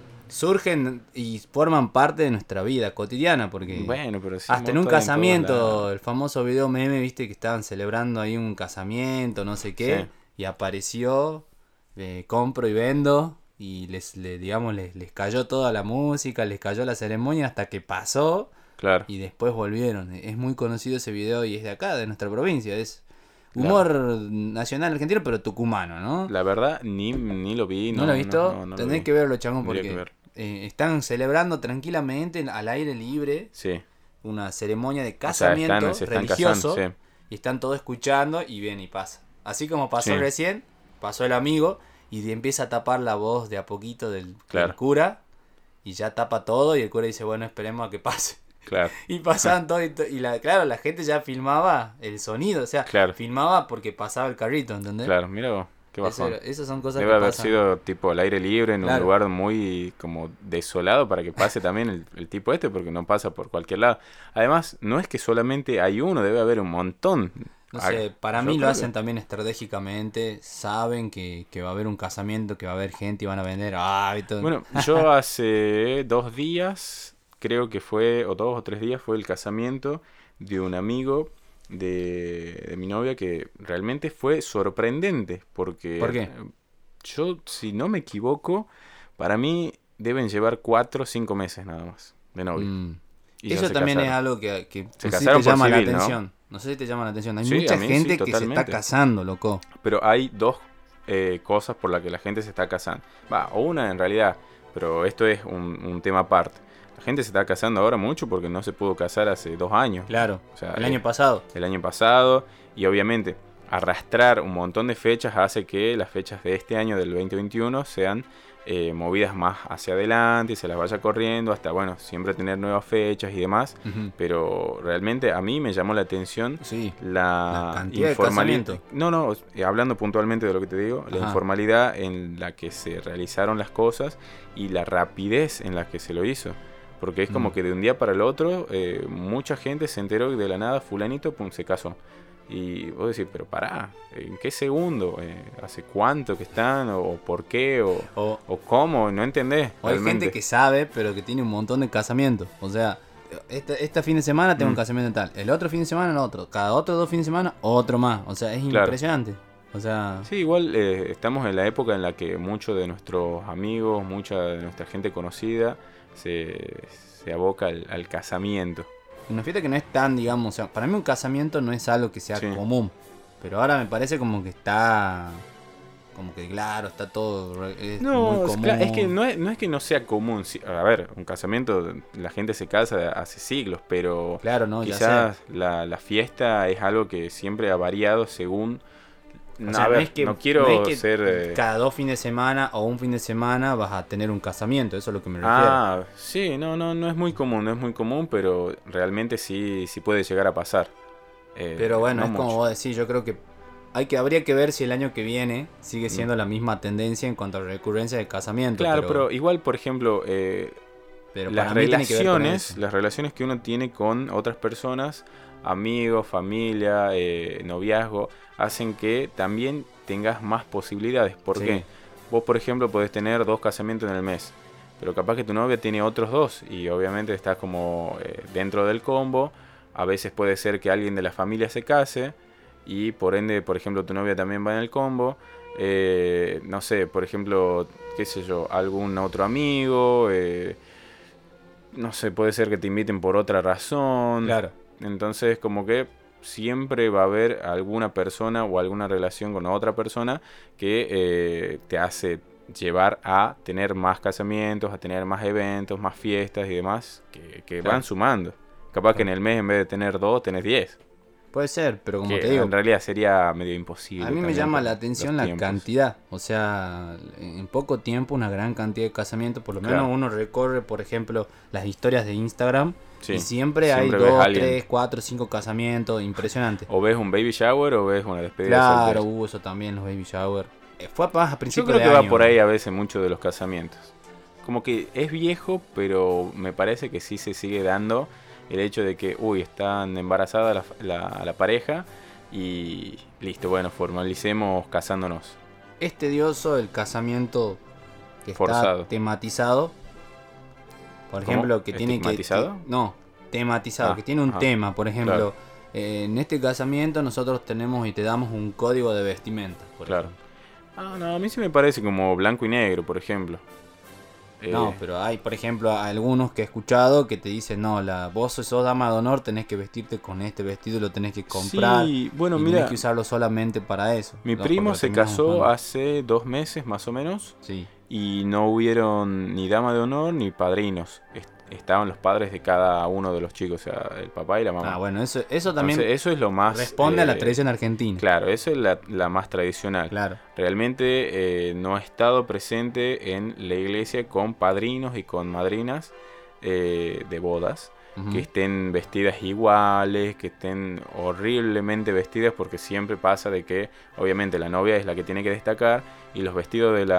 surgen y forman parte de nuestra vida cotidiana, porque Bueno, pero sí, hasta en un montan todos casamiento, lados. el famoso video meme, viste, que estaban celebrando ahí un casamiento, no sé qué, Sí. y apareció, compro y vendo, y digamos, les cayó toda la música, les cayó la ceremonia hasta que pasó, Claro. y después volvieron. Es muy conocido ese video y es de acá, de nuestra provincia, es humor nacional argentino, pero tucumano, ¿no? La verdad, ni lo vi. ¿No lo has visto? No lo Tenés vi. que verlo, changón, Tendría porque que ver. están celebrando tranquilamente al aire libre Sí. una ceremonia de O sea, casamiento se están religioso, casando, sí. y están todos escuchando y viene y pasa. Así como pasó Sí. recién, pasó el amigo y empieza a tapar la voz de a poquito del Claro. cura, y ya tapa todo y el cura dice, bueno, esperemos a que pase. Claro. Y pasaban todo claro, la gente ya filmaba el sonido, o sea, Claro. filmaba porque pasaba el carrito, ¿entendés? Claro, mira vos, qué bajón. Esas son cosas Debe que haber pasan. sido tipo al aire libre en un Claro. lugar muy como desolado para que pase también el tipo este, porque no pasa por cualquier lado. Además, no es que solamente hay uno, debe haber un montón. No sé, para Yo mí lo creo hacen que- también estratégicamente, saben que va a haber un casamiento, que va a haber gente y van a vender. Ah, y todo. Bueno, yo hace 2 días, creo que fue, o 2 o 3 días, fue el casamiento de un amigo de mi novia que realmente fue sorprendente, porque ¿Por qué? yo, si no me equivoco, para mí deben llevar 4 o 5 meses nada más de novia. Y ya Eso se también es casaron. algo que no sé si casaron te por llama la civil, ¿no? atención. ¿no? sé si te llama la atención. Hay Sí, mucha a mí gente sí, que se está totalmente. casando, loco. Pero hay dos cosas por las que la gente se está casando. O una en realidad, pero esto es un tema aparte. La gente se está casando ahora mucho porque no se pudo casar hace 2 años. Claro, O sea, el año pasado. El año pasado. Y obviamente arrastrar un montón de fechas hace que las fechas de este año, del 2021, sean movidas más hacia adelante y se las vaya corriendo hasta, bueno, siempre tener nuevas fechas y demás. Ujú. Pero realmente a mí me llamó la atención Sí. la La cantidad de informalidad. casamientos. No, hablando puntualmente de lo que te digo, la Ajá. informalidad en la que se realizaron las cosas y la rapidez en la que se lo hizo. Porque es como que de un día para el otro, mucha gente se enteró que de la nada fulanito, pum, se casó. Y vos decís, pero pará, ¿en qué segundo? ¿Hace cuánto que están? ¿O por qué? ¿O cómo? No entendés. O hay realmente. gente que sabe, pero que tiene un montón de casamientos. O sea, este fin de semana tengo un casamiento tal. El otro fin de semana, el otro. Cada otro 2 fines de semana, otro más. O sea, es Claro. impresionante. O sea, Sí, igual estamos en la época en la que muchos de nuestros amigos, mucha de nuestra gente conocida se aboca al casamiento. una fiesta que no es tan, digamos, o sea, para mí un casamiento no es algo que sea Sí. común. Pero ahora me parece como que está, como que claro, está todo es No, muy común. es que no es que no sea común. A ver, un casamiento, la gente se casa hace siglos, pero Claro, no, ya quizás sé. la fiesta es algo que siempre ha variado según... O sea, a ver, es que, no quiero no es que ser... cada 2 fines de semana o un fin de semana vas a tener un casamiento, eso es lo que me refiero. Ah, sí, no es muy común, pero realmente sí puede llegar a pasar. Pero bueno, no es como mucho. vos decís, yo creo que habría que ver si el año que viene sigue siendo la misma tendencia en cuanto a recurrencia de casamiento. Claro, pero igual, por ejemplo, pero las para mí tiene que ver con relaciones, eso. las relaciones que uno tiene con otras personas, amigos, familia, noviazgo, hacen que también tengas más posibilidades. ¿Por Sí. qué? Vos, por ejemplo, podés tener 2 casamientos en el mes, pero capaz que tu novia tiene otros 2 y obviamente estás como dentro del combo. a veces puede ser que alguien de la familia se case y por ende, por ejemplo, tu novia también va en el combo. No sé, por ejemplo, qué sé yo, algún otro amigo, no sé, puede ser que te inviten por otra razón. Claro. Entonces, como que siempre va a haber alguna persona o alguna relación con otra persona que te hace llevar a tener más casamientos, a tener más eventos, más fiestas y demás que Claro. van sumando. Capaz que en el mes, en vez de tener 2, tenés 10. Puede ser, pero como Que te digo, en realidad sería medio imposible. a mí me también llama por la los atención la tiempos. cantidad. O sea, en poco tiempo una gran cantidad de casamientos. Por lo menos Claro. uno recorre, por ejemplo, las historias de Instagram. Sí, Y siempre hay siempre ves a 2, alguien. 3, 4, 5 casamientos. Impresionante. O ves un baby shower o ves una despedida Claro, soltera. hubo eso también, los baby shower. Fue más a Yo principios creo de que va año. por ahí a veces mucho de los casamientos. Como que es viejo, pero me parece que sí se sigue dando el hecho de que, están embarazada la pareja y listo, bueno, formalicemos casándonos. Es tedioso el casamiento que Forzado. está tematizado. Por ¿Cómo? ejemplo, que tiene ¿Estigmatizado? no, tematizado, Ah, que tiene un ah, tema. Por ejemplo, claro. en este casamiento nosotros tenemos y te damos un código de vestimenta. Por Claro. ejemplo. No, a mí sí me parece como blanco y negro, por ejemplo. No, pero hay, por ejemplo, algunos que he escuchado que te dicen, no, vos sos dama de honor, tenés que vestirte con este vestido, lo tenés que comprar. Sí, bueno, y mira, tenés que usarlo solamente para eso. mi No, primo porque lo se terminamos casó usando. hace 2 meses más o menos. Sí, Y no hubieron ni dama de honor ni padrinos. Estaban los padres de cada uno de los chicos, o sea, el papá y la mamá. bueno, eso también Entonces, eso es lo más... responde a la tradición argentina. Claro, eso es la más tradicional. Claro. Realmente no ha estado presente en la iglesia con padrinos y con madrinas de bodas. Ujú. Que estén vestidas iguales, que estén horriblemente vestidas, porque siempre pasa de que obviamente la novia es la que tiene que destacar y los vestidos de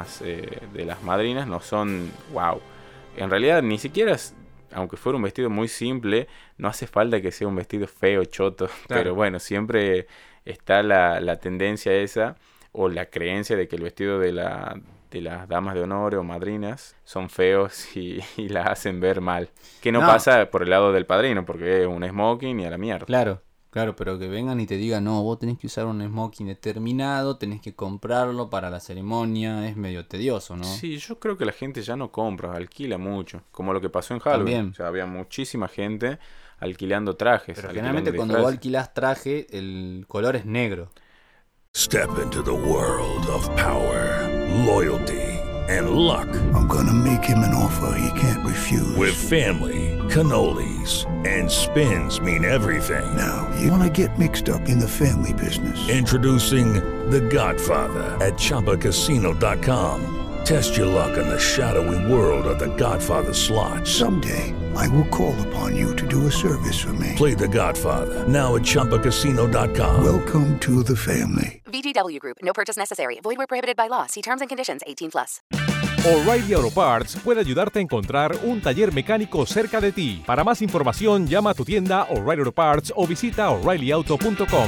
las madrinas no son wow. En realidad ni siquiera, aunque fuera un vestido muy simple, no hace falta que sea un vestido feo, choto, Claro. pero bueno, siempre está la tendencia esa o la creencia de que el vestido de las damas de honor o madrinas son feos y la hacen ver mal. Que no pasa por el lado del padrino, porque es un smoking y a la mierda. Claro, pero que vengan y te digan, no, vos tenés que usar un smoking determinado, tenés que comprarlo para la ceremonia, es medio tedioso, ¿no? Sí, yo creo que la gente ya no compra, alquila mucho. Como lo que pasó en Halloween. También. O sea, había muchísima gente alquilando trajes. Pero alquilando generalmente cuando vos disfraces. alquilás traje, el color es negro. Step into the world of power, loyalty, and luck. I'm gonna make him an offer he can't refuse. With family, cannolis, and spins mean everything. Now, you wanna get mixed up in the family business. Introducing The Godfather at ChumbaCasino.com. Test your luck in the shadowy world of The Godfather slot. Someday, I will call upon you to do a service for me. Play The Godfather now at ChumbaCasino.com. Welcome to the family. VGW Group. No purchase necessary. Void where prohibited by law. See terms and conditions. 18+. O'Reilly Auto Parts puede ayudarte a encontrar un taller mecánico cerca de ti. Para más información, llama a tu tienda O'Reilly Auto Parts o visita O'ReillyAuto.com.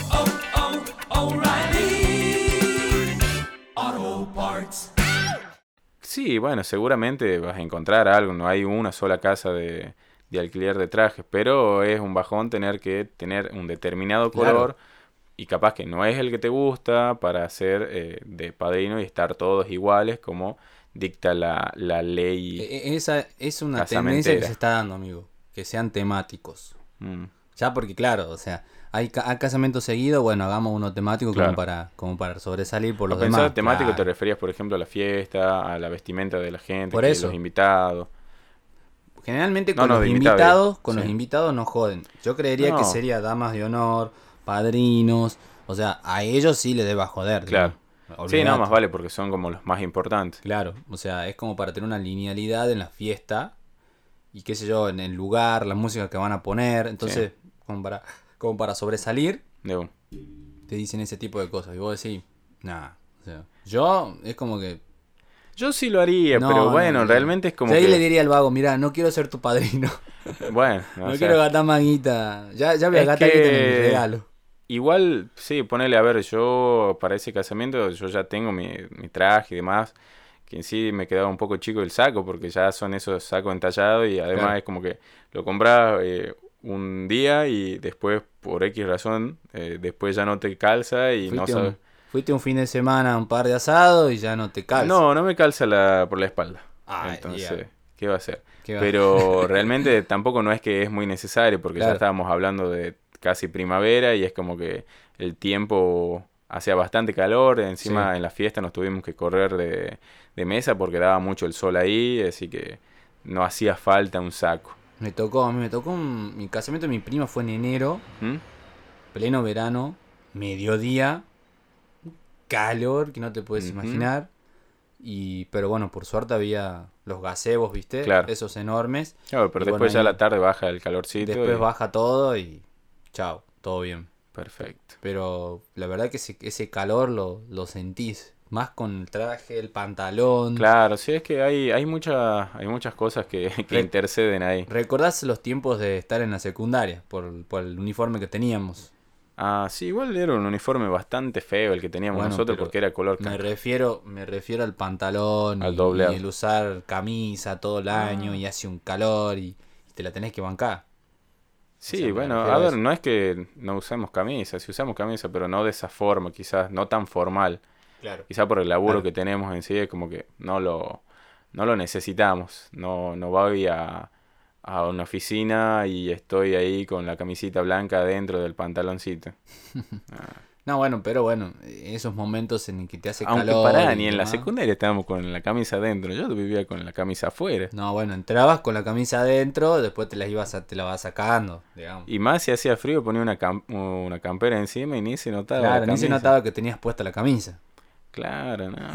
Sí, bueno, seguramente vas a encontrar algo. No hay una sola casa de alquiler de trajes. Pero es un bajón tener que tener un determinado color. Claro. Y capaz que no es el que te gusta para hacer de padrino y estar todos iguales como dicta la ley. Esa es una Casamentera. tendencia que se está dando, amigo. Que sean temáticos. Mm. Ya porque, claro, o sea, hay casamientos seguidos, bueno, hagamos uno temático Claro. como para sobresalir por los A pensar demás. temático Claro. te referías, por ejemplo, a la fiesta, a la vestimenta de la gente, Por que eso. los invitados. Generalmente No, con no, los de invitados, invitados, con sí. los invitados no joden. Yo creería No. que sería damas de honor, padrinos, o sea, a ellos sí les deba joder. Claro. digamos. Sí, no, Olvidate. más vale porque son como los más importantes. Claro, o sea, es como para tener una linealidad en la fiesta y qué sé yo, en el lugar, la música que van a poner, entonces, como para sobresalir, De un- te dicen ese tipo de cosas y vos decís, nada, o sea, yo es como que... Yo sí lo haría, no, pero bueno, no, no. realmente es como Yo ahí que... le diría al vago, mirá, no quiero ser tu padrino, Bueno, no o sea, quiero gastar maguita, ya voy a es gastar guita en el que- regalo. Igual, sí, ponele a ver, yo para ese casamiento yo ya tengo mi traje y demás, que en sí me quedaba un poco chico el saco, porque ya son esos sacos entallados y además Claro. es como que lo compras un día y después, por X razón, después ya no te calza y no sabes. Fuiste un fin de semana a un par de asados y ya no te calza. No me calza por la espalda. Ay, entonces, yeah. ¿qué va a hacer? Pero realmente tampoco no es que es muy necesario, porque claro. ya estábamos hablando de casi primavera y es como que el tiempo hacía bastante calor. Encima en la fiesta nos tuvimos que correr de mesa porque daba mucho el sol ahí, así que no hacía falta un saco. A mí me tocó mi casamiento de mi prima fue en enero, pleno verano, mediodía, calor que no te puedes imaginar. Pero bueno, por suerte había los gazebos, ¿viste? Claro. Esos enormes. Claro, pero y después bueno, ya a la tarde baja el calorcito. Después baja todo y chao, todo bien. Perfecto. Pero la verdad que ese calor lo sentís. Más con el traje, el pantalón. Claro, sí, es que hay muchas cosas que interceden ahí. ¿Recordás los tiempos de estar en la secundaria? Por el uniforme que teníamos. Ah, sí, igual era un uniforme bastante feo el que teníamos nosotros porque era color caca. Me refiero al pantalón, al dobleado. Y el usar camisa todo el año y hace un calor y te la tenés que bancar. Sí, o sea, bueno, a ver, no es que no usemos camisa, sí usamos camisa, pero no de esa forma, quizás no tan formal. Claro. Quizás por el laburo que tenemos en sí, es como que no lo necesitamos. No voy a una oficina y estoy ahí con la camisita blanca dentro del pantaloncito. No, bueno, pero bueno, esos momentos en que te hace Aunque calor. pará, ni en la secundaria estábamos con la camisa adentro. Yo vivía con la camisa afuera. No, bueno, entrabas con la camisa adentro, después te la vas sacando, digamos. Y más si hacía frío, ponía una campera encima y ni se notaba. Claro, ni se notaba que tenías puesta la camisa. Claro, no.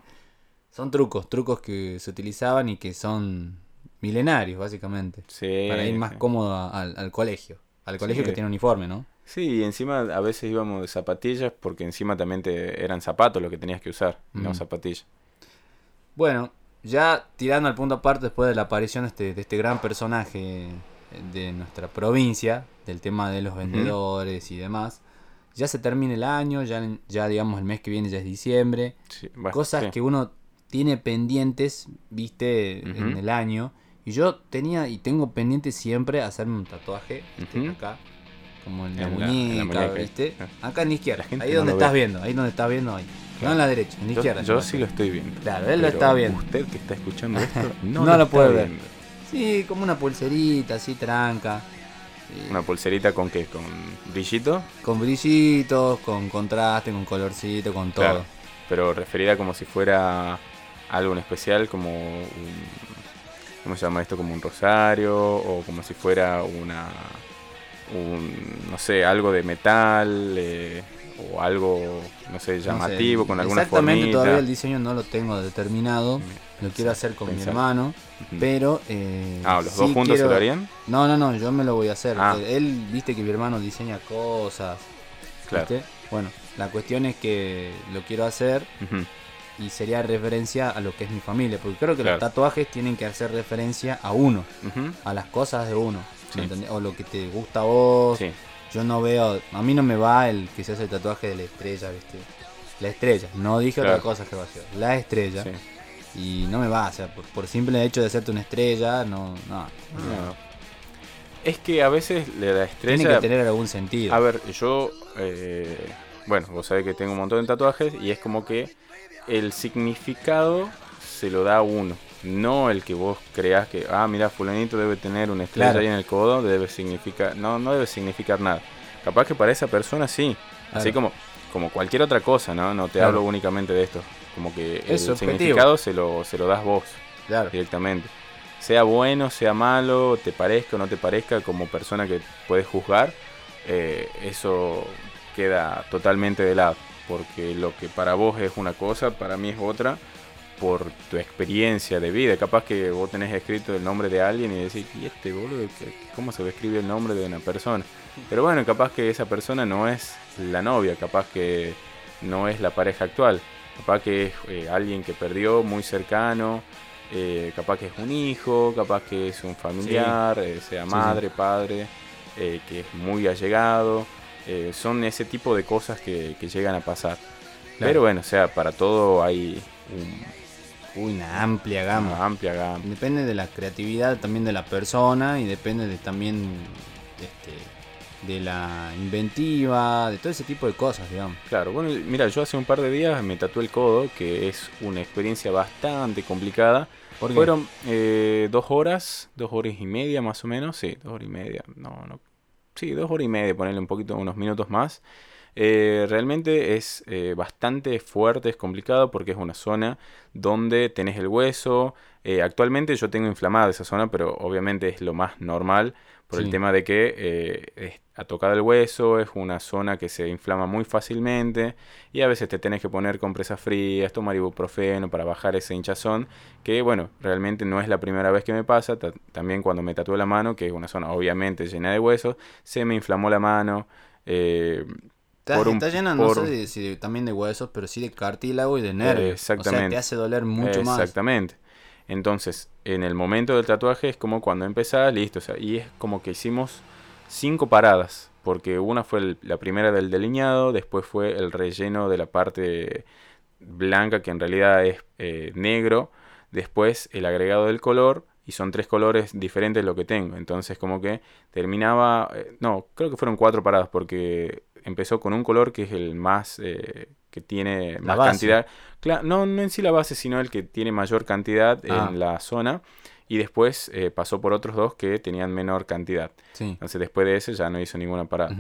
Son trucos que se utilizaban y que son milenarios, básicamente. Sí. Para ir más cómodo al colegio. Al colegio que tiene uniforme, ¿no? Sí, y encima a veces íbamos de zapatillas porque encima también eran zapatos lo que tenías que usar, no zapatillas. Bueno, ya tirando al punto aparte después de la aparición de este gran personaje de nuestra provincia, del tema de los vendedores y demás, ya se termina el año, ya digamos el mes que viene ya es diciembre, cosas que uno tiene pendientes, viste, en el año, y yo tenía y tengo pendiente siempre hacerme un tatuaje, acá, como en la muñeca, ¿viste? Acá en la izquierda, ahí donde estás viendo, ahí. No en la derecha, en la izquierda. Yo sí lo estoy viendo. Claro, él lo está viendo. Usted que está escuchando esto no lo puede ver. Sí, como una pulserita así tranca. ¿Una pulserita con qué? ¿Con brillito? Con brillitos, con contraste, con colorcito, con todo. Claro, pero referida como si fuera algo en especial, como ¿cómo se llama esto? Como un rosario, o como si fuera no sé, algo de metal, o algo, no sé, llamativo, no sé, con alguna formita. Exactamente, todavía el diseño no lo tengo determinado, lo quiero hacer con mi hermano, pero... ¿los dos juntos se lo harían? No, yo me lo voy a hacer. Él, viste que mi hermano diseña cosas, claro. ¿viste? Bueno, la cuestión es que lo quiero hacer y sería referencia a lo que es mi familia, porque creo que los tatuajes tienen que hacer referencia a uno, a las cosas de uno. Sí. O lo que te gusta a vos. Sí. Yo no veo, a mí no me va el que se hace el tatuaje de la estrella, ¿viste? La estrella, no dije otra cosa que va a ser, la estrella. Sí. Y no me va, o sea, por simple hecho de hacerte una estrella, no. Es que a veces la estrella tiene que tener algún sentido. A ver, yo, bueno, vos sabés que tengo un montón de tatuajes y es como que el significado se lo da a uno. No el que vos creas que, mira, fulanito debe tener una estrella ahí en el codo, no debe significar nada. Capaz que para esa persona sí, así como cualquier otra cosa, no te hablo únicamente de esto, como que el significado se lo das vos directamente. Sea bueno, sea malo, te parezca o no te parezca, como persona que puedes juzgar, eso queda totalmente de lado, porque lo que para vos es una cosa, para mí es otra, por tu experiencia de vida. Capaz que vos tenés escrito el nombre de alguien y decís, ¿y este boludo? ¿Cómo se escribe el nombre de una persona? Pero bueno, capaz que esa persona no es la novia, capaz que no es la pareja actual, capaz que es alguien que perdió muy cercano, capaz que es un hijo, capaz que es un familiar, sea madre, padre, que es muy allegado. Son ese tipo de cosas que llegan a pasar. Pero bueno, o sea, para todo hay una amplia gama. Una amplia gama. Depende de la creatividad también de la persona y depende de también de la inventiva, de todo ese tipo de cosas, digamos. Claro, bueno, mira, yo hace un par de días me tatué el codo, que es una experiencia bastante complicada. ¿Por qué? Fueron 2 horas y media más o menos, sí, 2 horas y media, sí, 2 horas y media, ponerle un poquito, unos minutos más. Realmente es bastante fuerte, es complicado porque es una zona donde tenés el hueso. Actualmente yo tengo inflamada esa zona, pero obviamente es lo más normal por el tema de que ha tocado el hueso, es una zona que se inflama muy fácilmente y a veces te tenés que poner compresas frías, tomar ibuprofeno para bajar ese hinchazón, que bueno, realmente no es la primera vez que me pasa. También cuando me tatué la mano, que es una zona obviamente llena de huesos, se me inflamó la mano. Está llena, no sé si también de huesos, pero sí de cartílago y de nervios. Exactamente. O sea, te hace doler mucho más. Exactamente. Entonces, en el momento del tatuaje es como cuando empezás, listo. O sea, y es como que hicimos 5 paradas. Porque una fue la primera del delineado, después fue el relleno de la parte blanca, que en realidad es negro. Después el agregado del color, y son 3 colores diferentes lo que tengo. Entonces como que terminaba... creo que fueron 4 paradas, porque empezó con un color que es el más... que tiene más cantidad. No en sí la base, sino el que tiene mayor cantidad en la zona. Y después pasó por otros 2 que tenían menor cantidad. Sí. Entonces después de ese ya no hizo ninguna parada.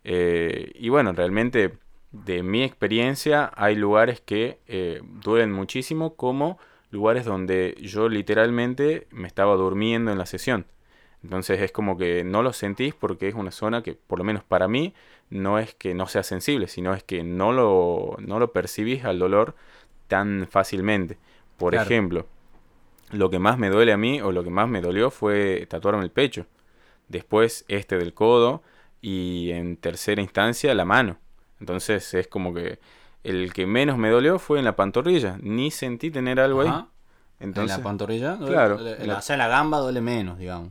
Y bueno, realmente de mi experiencia hay lugares que duelen muchísimo, como lugares donde yo literalmente me estaba durmiendo en la sesión. Entonces es como que no lo sentís porque es una zona que, por lo menos para mí, no es que no sea sensible, sino es que no lo percibís al dolor tan fácilmente. Por ejemplo, lo que más me duele a mí, o lo que más me dolió, fue tatuarme el pecho. Después del codo, y en tercera instancia la mano. Entonces es como que el que menos me dolió fue en la pantorrilla. Ni sentí tener algo ahí. Entonces, ¿en la pantorrilla? Claro. O sea, la gamba duele menos, digamos.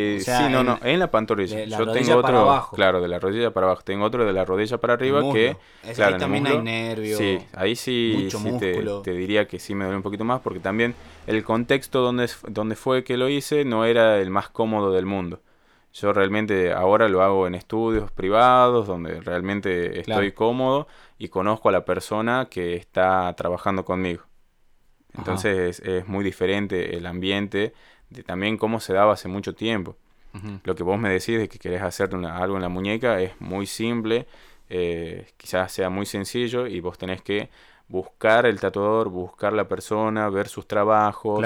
En la pantorrilla. De la yo rodilla tengo otro, para abajo. Claro, de la rodilla para abajo. Tengo otro de la rodilla para arriba que... Ahí también hay nervio. Sí, ahí sí te diría que sí me duele un poquito más, porque también el contexto donde fue que lo hice no era el más cómodo del mundo. Yo realmente ahora lo hago en estudios privados, donde realmente estoy cómodo y conozco a la persona que está trabajando conmigo. Entonces es muy diferente el ambiente, de también cómo se daba hace mucho tiempo. Lo que vos me decís de que querés hacer algo en la muñeca es muy simple, quizás sea muy sencillo, y vos tenés que buscar el tatuador, buscar la persona, ver sus trabajos,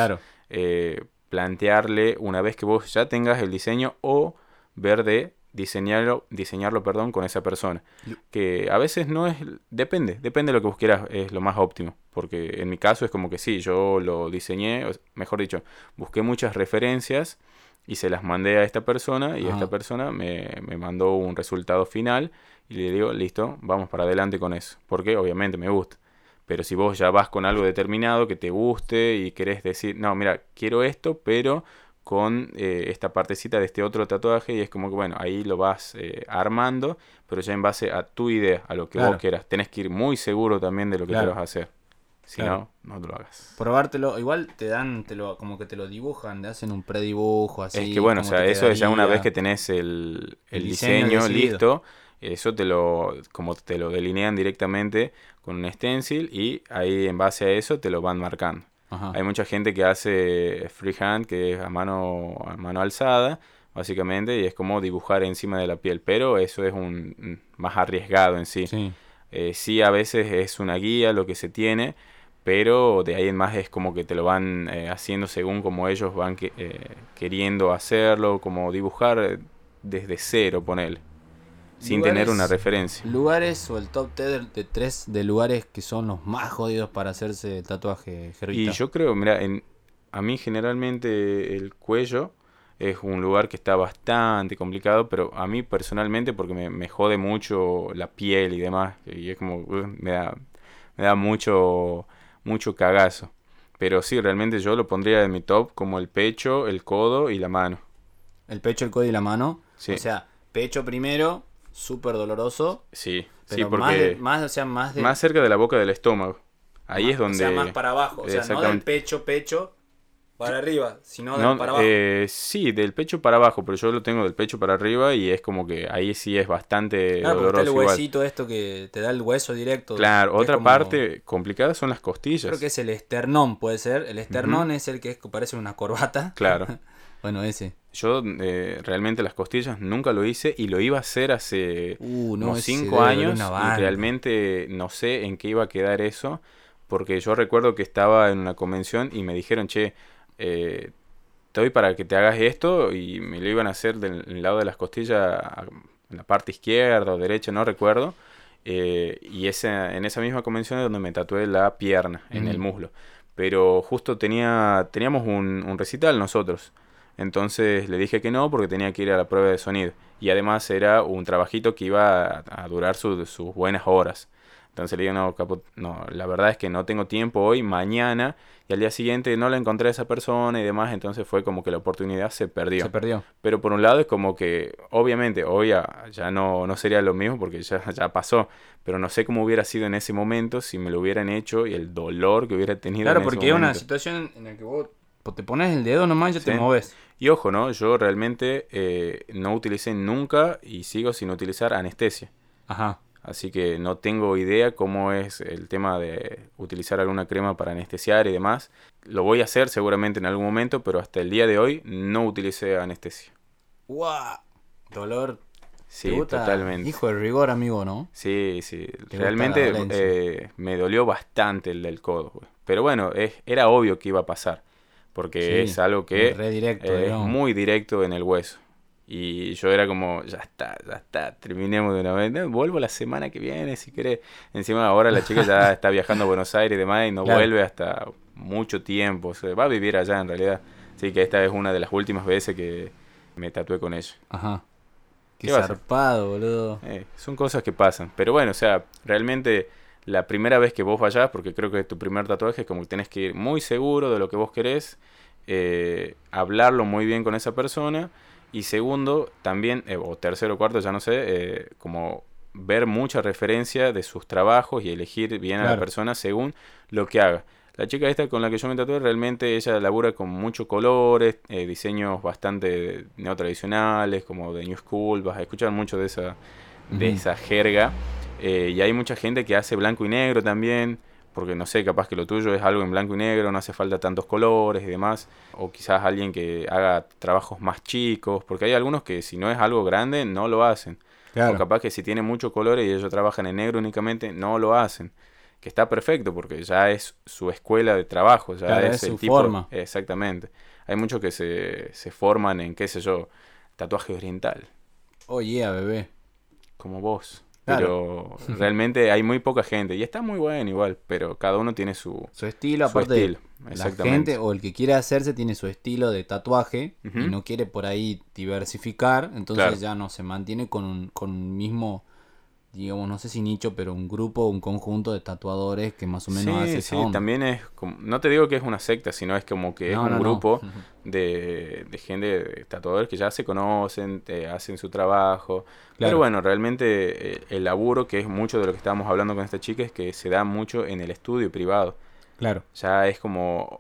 plantearle una vez que vos ya tengas el diseño, o ver de diseñarlo con esa persona. Que a veces no es... Depende de lo que vos quieras, es lo más óptimo. Porque en mi caso es como que sí, yo lo diseñé, mejor dicho, busqué muchas referencias y se las mandé a esta persona, y esta persona me mandó un resultado final, y le digo, listo, vamos para adelante con eso. Porque obviamente me gusta. Pero si vos ya vas con algo determinado que te guste y querés decir, no, mira, quiero esto, pero con esta partecita de este otro tatuaje, y es como que bueno, ahí lo vas armando, pero ya en base a tu idea, a lo que vos quieras. Tenés que ir muy seguro también de lo que te vas a hacer. Si no, no te lo hagas. Probártelo, igual como que te lo dibujan, te hacen un predibujo así. Es que bueno, o sea, eso es ya una vez que tenés el diseño listo, eso como te lo delinean directamente con un stencil, y ahí en base a eso te lo van marcando. Hay mucha gente que hace freehand, que es a mano alzada, básicamente, y es como dibujar encima de la piel, pero eso es más arriesgado en sí. Sí, a veces es una guía lo que se tiene, pero de ahí en más es como que te lo van haciendo según como ellos van queriendo hacerlo, como dibujar desde cero, ponele, sin tener una referencia. Lugares, o el top 3 de lugares que son los más jodidos para hacerse el tatuaje, Gervita. Y yo creo, mira, a mí generalmente el cuello es un lugar que está bastante complicado, pero a mí personalmente, porque me jode mucho la piel y demás, y es como, me da mucho cagazo. Pero sí, realmente yo lo pondría en mi top como el pecho, el codo y la mano. El pecho, el codo y la mano. Sí. O sea, pecho primero, súper doloroso. Sí, pero sí, porque más cerca de la boca del estómago. Ahí es donde... O sea, más para abajo. O sea, no del pecho, Para arriba, sino para abajo. Sí, del pecho para abajo, pero yo lo tengo del pecho para arriba y es como que ahí sí es bastante Claro, porque doloroso está el igual. huesito esto que te da el hueso directo. Claro, que es otra como- parte complicada son las costillas. Creo que es el esternón, puede ser. El esternón es el que parece una corbata. Claro. Bueno, ese. Yo realmente las costillas nunca lo hice y lo iba a hacer hace No, como ese 5 debe doler años una y banda. realmente no sé en qué iba a quedar eso, porque yo recuerdo que estaba en una convención y me dijeron, che, te doy para que te hagas esto, y me lo iban a hacer del lado de las costillas, en la parte izquierda o derecha, no recuerdo, y en esa misma convención es donde me tatué la pierna, en el muslo, pero justo teníamos un recital nosotros. Entonces le dije que no porque tenía que ir a la prueba de sonido. Y además era un trabajito que iba a durar sus buenas horas. Entonces le digo, no, capo, no, la verdad es que no tengo tiempo hoy, mañana. Y al día siguiente no la encontré a esa persona y demás. Entonces fue como que la oportunidad se perdió. Se perdió. Pero por un lado es como que, obviamente, hoy ya no sería lo mismo porque ya pasó. Pero no sé cómo hubiera sido en ese momento si me lo hubieran hecho y el dolor que hubiera tenido Claro, en ese porque es una momento. situación en la que vos te pones el dedo nomás y ya te Sí. moves. Y ojo, ¿no? Yo realmente no utilicé nunca y sigo sin utilizar anestesia. Ajá. Así que no tengo idea cómo es el tema de utilizar alguna crema para anestesiar y demás. Lo voy a hacer seguramente en algún momento, pero hasta el día de hoy no utilicé anestesia. ¡Guau! Dolor. Sí, ¿Te gusta? totalmente. Hijo de rigor, amigo, ¿no? Sí, sí. ¿Te gusta Realmente la dolencia? me dolió bastante el del codo, güey. Pero bueno, era obvio que iba a pasar. Porque Sí, es algo que re directo, es digamos. muy directo en el hueso. Y yo era como, ya está, terminemos de una vez. No, vuelvo la semana que viene, si querés. Encima ahora la chica ya está viajando a Buenos Aires y demás y no Claro. vuelve hasta mucho tiempo. O sea, va a vivir allá en realidad. Así que esta es una de las últimas veces que me tatué con ella. Aja. Qué ¿Qué va a hacer? zarpado, boludo. Son cosas que pasan. Pero bueno, o sea, realmente la primera vez que vos vayas, porque creo que es tu primer tatuaje, es como que tenés que ir muy seguro de lo que vos querés, hablarlo muy bien con esa persona. Y segundo, también, o tercero o cuarto, ya no sé, como ver mucha referencia de sus trabajos y elegir bien a la Claro. persona según lo que haga. La chica esta con la que yo me tatué, realmente ella labura con muchos colores, diseños bastante neotradicionales, como de New School, vas a escuchar mucho de esa jerga. Y hay mucha gente que hace blanco y negro también, porque no sé, capaz que lo tuyo es algo en blanco y negro, no hace falta tantos colores y demás. O quizás alguien que haga trabajos más chicos, porque hay algunos que si no es algo grande no lo hacen. Claro. O capaz que si tiene muchos colores y ellos trabajan en negro únicamente, no lo hacen. Que está perfecto porque ya es su escuela de trabajo, ya Claro, es es el su tipo. forma. Exactamente. Hay muchos que se forman en, qué sé yo, tatuaje oriental, Oh yeah, bebé. como vos. Claro. Pero realmente hay muy poca gente y está muy bueno igual, pero cada uno tiene su Estilo, su aparte estilo. la Exactamente. gente o el que quiere hacerse tiene su estilo de tatuaje Ujú. y no quiere por ahí diversificar, entonces Claro. ya no se mantiene con un mismo, digamos, no sé si nicho, pero un grupo, un conjunto de tatuadores que más o menos hace Sí, esa sí, onda. también es como, no te digo que es una secta, sino es como que es No, un no, no. grupo de gente, de tatuadores que ya se conocen, hacen su trabajo. Claro. Pero bueno, realmente el laburo, que es mucho de lo que estábamos hablando con esta chica, es que se da mucho en el estudio privado. Claro. Ya es como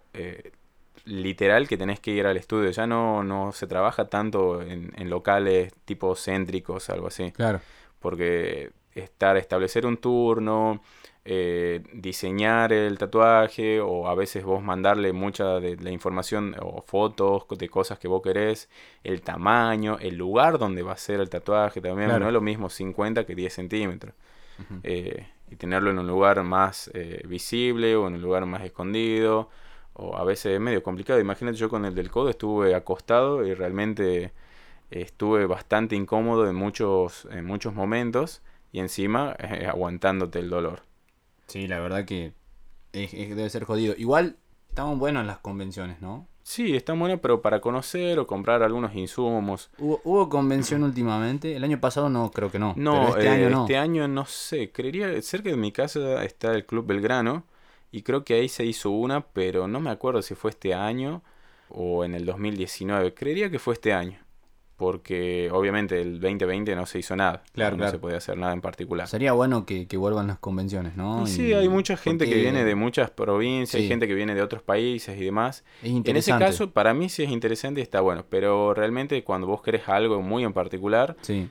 literal que tenés que ir al estudio, ya no se trabaja tanto en locales tipo céntricos, algo así. Claro. Porque establecer un turno, diseñar el tatuaje, o a veces vos mandarle mucha de la información o fotos de cosas que vos querés, el tamaño, el lugar donde va a ser el tatuaje también, Claro. no es lo mismo 50 que 10 centímetros. Y tenerlo en un lugar más visible o en un lugar más escondido, o a veces es medio complicado. Imagínate, yo con el del codo estuve acostado y realmente estuve bastante incómodo en muchos momentos, y encima aguantándote el dolor. Sí, la verdad que debe ser jodido. Igual estaban buenas las convenciones, ¿no? Sí, está bueno, pero para conocer o comprar algunos insumos. ¿Hubo convención últimamente? El año pasado no, creo que no. No, pero este año no. este año no sé, creería, cerca de mi casa está el Club Belgrano, y creo que ahí se hizo una, pero no me acuerdo si fue este año o en el 2019, creería que fue este año. porque obviamente el 2020 no se hizo nada. Claro, no se podía hacer nada en particular. Sería bueno que vuelvan las convenciones, ¿no? Y sí, hay mucha gente que viene de muchas provincias, Sí. hay gente que viene de otros países y demás. Es En ese interesante. caso, para mí sí es interesante y está bueno, pero realmente cuando vos querés algo muy en particular, Sí.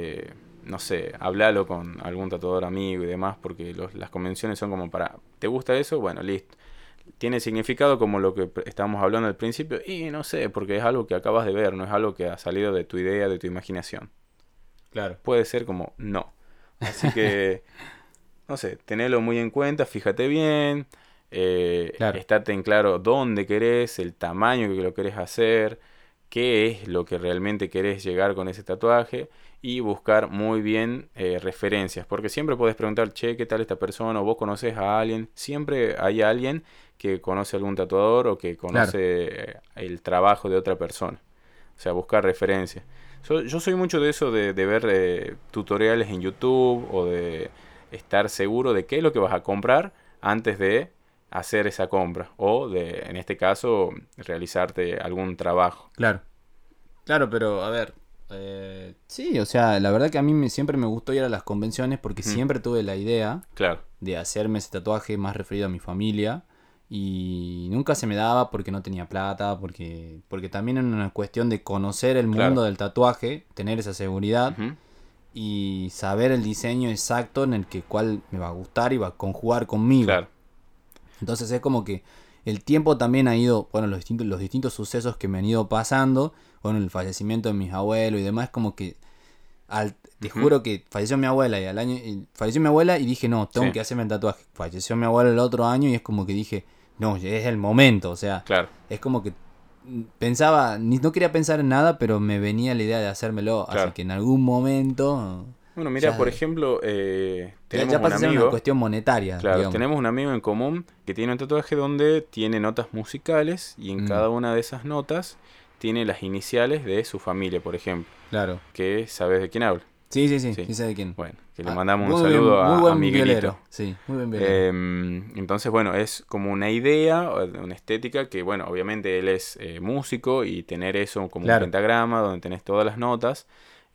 no sé, hablalo con algún tatuador amigo y demás, porque las convenciones son como para, ¿te gusta eso? Bueno, listo. Tiene significado como lo que estábamos hablando al principio, y no sé, porque es algo que acabas de ver, no es algo que ha salido de tu idea, de tu imaginación. Claro. Puede ser como no. Así que, no sé, tenelo muy en cuenta, fíjate bien, Claro. estate en claro dónde querés, el tamaño que lo querés hacer, qué es lo que realmente querés llegar con ese tatuaje y buscar muy bien referencias, porque siempre podés preguntar, che, ¿qué tal esta persona? O vos conoces a alguien, siempre hay alguien que conoce a algún tatuador o que conoce el trabajo de otra persona, o sea, buscar referencias. Yo soy mucho de eso, de ver tutoriales en YouTube o de estar seguro de qué es lo que vas a comprar antes de hacer esa compra o de, en este caso, realizarte algún trabajo. Claro. Claro, pero a ver. Sí, o sea, la verdad que a mí siempre me gustó ir a las convenciones porque siempre tuve la idea Claro, de hacerme ese tatuaje más referido a mi familia. Y nunca se me daba porque no tenía plata, porque también era una cuestión de conocer el mundo Claro. del tatuaje, tener esa seguridad ujú, y saber el diseño exacto en el que cuál me va a gustar y va a conjugar conmigo. claro, Entonces es como que el tiempo también ha ido, bueno, los distintos sucesos que me han ido pasando, bueno, el fallecimiento de mis abuelos y demás, como que te juro que falleció mi abuela y falleció mi abuela y dije, no, tengo Sí. que hacerme el tatuaje. Falleció mi abuela el otro año y es como que dije, no, ya es el momento, o sea, claro. es como que pensaba, no quería pensar en nada, pero me venía la idea de hacérmelo, Claro. así que en algún momento Bueno, mira, ya- por ejemplo, tenemos ya un pasa a ser una amigo, cuestión monetaria, claro, digamos. tenemos un amigo en común que tiene un tatuaje donde tiene notas musicales y en cada una de esas notas tiene las iniciales de su familia, por ejemplo, Claro. que sabes de quién hablo. Sí, sí, Sí. sí sé de quién. Bueno, que le mandamos Muy un bien, saludo muy a buen Miguelito. violero. Sí, muy buen violero. Entonces, bueno, es como una idea, una estética que, bueno, obviamente él es músico y tener eso como Claro. un pentagrama donde tenés todas las notas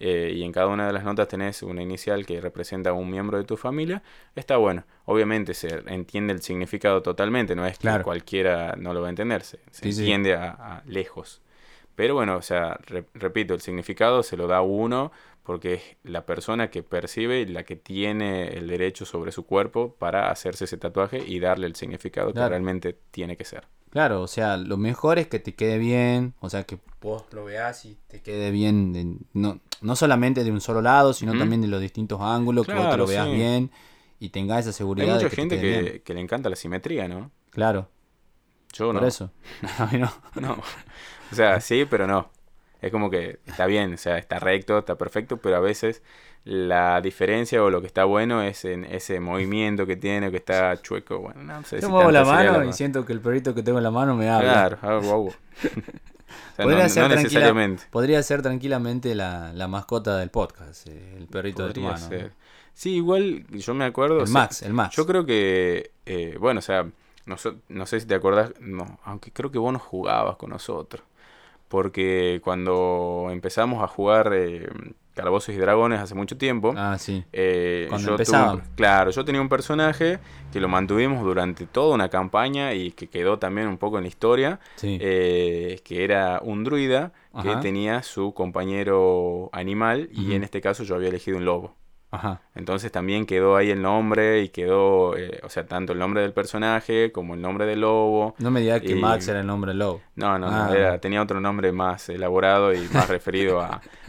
y en cada una de las notas tenés una inicial que representa a un miembro de tu familia, está bueno. Obviamente se entiende el significado totalmente, no es que Claro. cualquiera no lo va a entender, se Sí, sí. entiende a lejos. Pero bueno, o sea, repito, el significado se lo da uno porque es la persona que percibe y la que tiene el derecho sobre su cuerpo para hacerse ese tatuaje y darle el significado Claro. que realmente tiene que ser. Claro, o sea, lo mejor es que te quede bien, o sea, que vos lo veas y te quede bien, no solamente de un solo lado, sino Ujú. también de los distintos ángulos, que vos te Claro, lo veas sí. bien y tengas esa Hay seguridad mucha de que te gente quede bien. que le encanta la simetría, ¿no? Claro, Yo por no. eso. A mí no. No. O sea, sí, pero no. Es como que está bien, o sea, está recto, está perfecto, pero a veces la diferencia o lo que está bueno es en ese movimiento que tiene, que está chueco. Bueno, no sé Yo si muevo la tanto sería mano y siento que el perrito que tengo en la mano me habla. Claro, algo guau. O sea, Podría, ser no tranquila- necesariamente. podría ser tranquilamente la mascota del podcast, el perrito de tu Podría mano. ser. Sí, igual yo me acuerdo. El Max. Yo creo que, bueno, o sea, no sé si te acordás, no, aunque creo que vos no jugabas con nosotros. Porque cuando empezamos a jugar Calabozos y Dragones hace mucho tiempo, Ah, sí. Cuando yo empezaban. claro, yo tenía un personaje que lo mantuvimos durante toda una campaña y que quedó también un poco en la historia, Sí. que era un druida que Ajá. tenía su compañero animal y Ujú. en este caso yo había elegido un lobo. Ajá. Entonces también quedó ahí el nombre y quedó, o sea, tanto el nombre del personaje como el nombre del lobo. No me digas que Y- Max era el nombre del lobo. No, Ah. tenía otro nombre más elaborado y más referido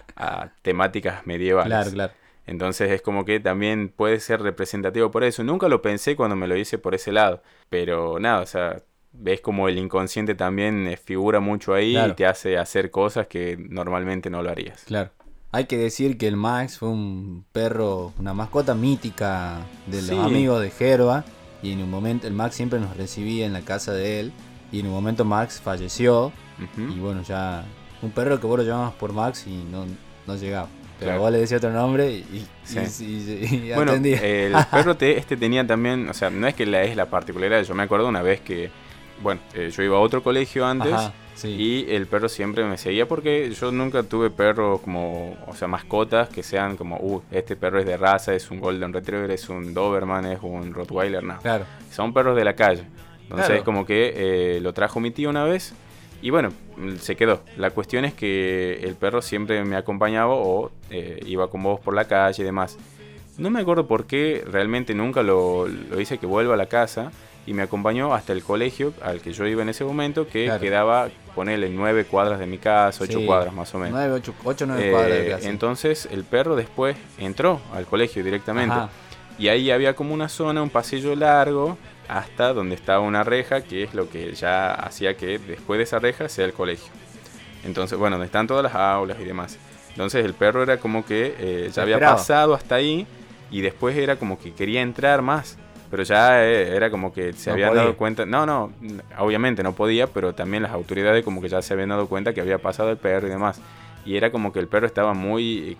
a temáticas medievales. Claro, claro. Entonces es como que también puede ser representativo por eso. Nunca lo pensé cuando me lo hice por ese lado. Pero nada, o sea, ves como el inconsciente también figura mucho ahí Claro. y te hace hacer cosas que normalmente no lo harías. Claro. Hay que decir que el Max fue un perro, una mascota mítica de los Sí. amigos de Gerba. Y en un momento el Max siempre nos recibía en la casa de él. Y en un momento Max falleció. Ujú. Y bueno, ya un perro que vos lo llamabas por Max y no llegaba. Pero Claro. vos le decías otro nombre y Sí. y Bueno, atendía. el perro este tenía también, o sea, no es que es la particularidad. Yo me acuerdo una vez que bueno, yo iba a otro colegio antes. Ajá, sí. Y el perro siempre me seguía porque yo nunca tuve perros como, o sea, mascotas que sean como, este perro es de raza, es un Golden Retriever, es un Doberman, es un Rottweiler, no. Claro. Son perros de la calle. Entonces Claro. como que lo trajo mi tío una vez y bueno, se quedó. La cuestión es que el perro siempre me acompañaba o iba con vos por la calle y demás. No me acuerdo por qué, realmente nunca lo hice que vuelva a la casa. Y me acompañó hasta el colegio al que yo iba en ese momento, que Claro. quedaba, ponele 9 cuadras de mi casa, 8 Sí. cuadras más o menos. 8 9 cuadras de casa. Entonces el perro después entró al colegio directamente. Ajá. Y ahí había como una zona, un pasillo largo, hasta donde estaba una reja, que es lo que ya hacía que después de esa reja sea el colegio. Entonces, bueno, donde están todas las aulas y demás. Entonces el perro era como que ya había esperaba. pasado hasta ahí y después era como que quería entrar más. Pero ya era como que se No habían podía. dado cuenta. No, obviamente no podía, pero también las autoridades como que ya se habían dado cuenta que había pasado el perro y demás. Y era como que el perro estaba muy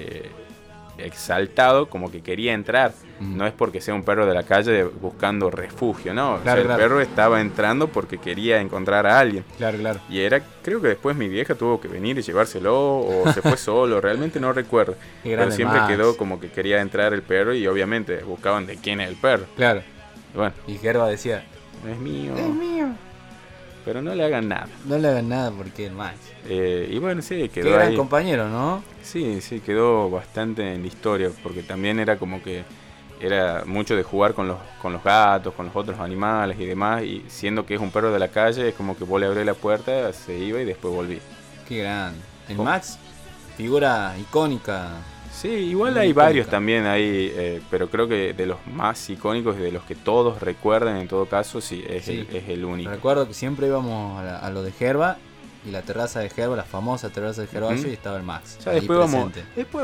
exaltado, como que quería entrar. No es porque sea un perro de la calle buscando refugio, no. O sea, Claro, el claro. perro estaba entrando porque quería encontrar a alguien. Claro, claro. Y creo que después mi vieja tuvo que venir y llevárselo o se fue solo, realmente no recuerdo. Qué Pero grande siempre Max. quedó como que quería entrar el perro y obviamente buscaban de quién es el perro. Claro. Y bueno, Y Gerba decía, es mío. es mío. Pero no le hagan nada. No le hagan nada porque es Max. Y bueno, sí, Qué quedó gran ahí. compañero, ¿no? Sí, quedó bastante en la historia, porque también era como que era mucho de jugar con los gatos, con los otros animales y demás, y siendo que es un perro de la calle, es como que vos le abrís la puerta, se iba y después volví. Qué grande. El Oh. Max, figura icónica. Sí, igual Muy hay icónica. varios también ahí, pero creo que de los más icónicos y de los que todos recuerdan en todo caso, sí, es Sí. el único. Recuerdo que siempre íbamos a lo de Gerba y la terraza de Gerba, la famosa terraza de Gervasio, Ujú. y estaba el Max. Ya ahí después vamos, presente. después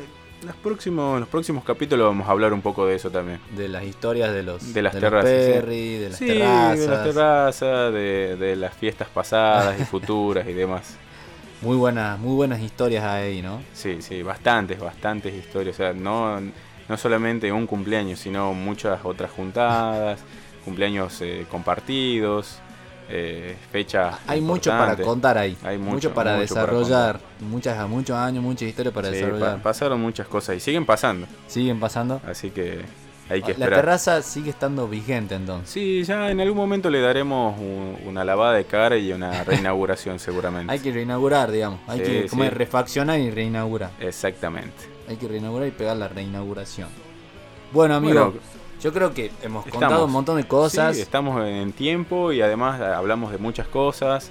en los próximos capítulos vamos a hablar un poco de eso también. De las historias de los terrazas, Perry, sí. de las Sí, terrazas. de las terrazas, de las fiestas pasadas y futuras y demás. Muy buenas historias ahí, ¿no? Sí, bastantes historias. O sea, no solamente un cumpleaños, sino muchas otras juntadas, cumpleaños compartidos, fechas. Hay mucho para importantes. contar ahí. Hay mucho para desarrollar. Muchos años, muchas historias para Sí, desarrollar. pasaron muchas cosas y siguen pasando. Siguen pasando. Así que hay que La esperar. terraza sigue estando vigente entonces. Sí, ya en algún momento le daremos una lavada de cara y una reinauguración seguramente. Hay que reinaugurar, digamos. Hay Sí, que sí. refaccionar y reinaugurar. Exactamente. Hay que reinaugurar y pegar la reinauguración. Bueno, amigo, Bueno, yo creo que hemos estamos. contado un montón de cosas. Sí, estamos en tiempo y además hablamos de muchas cosas.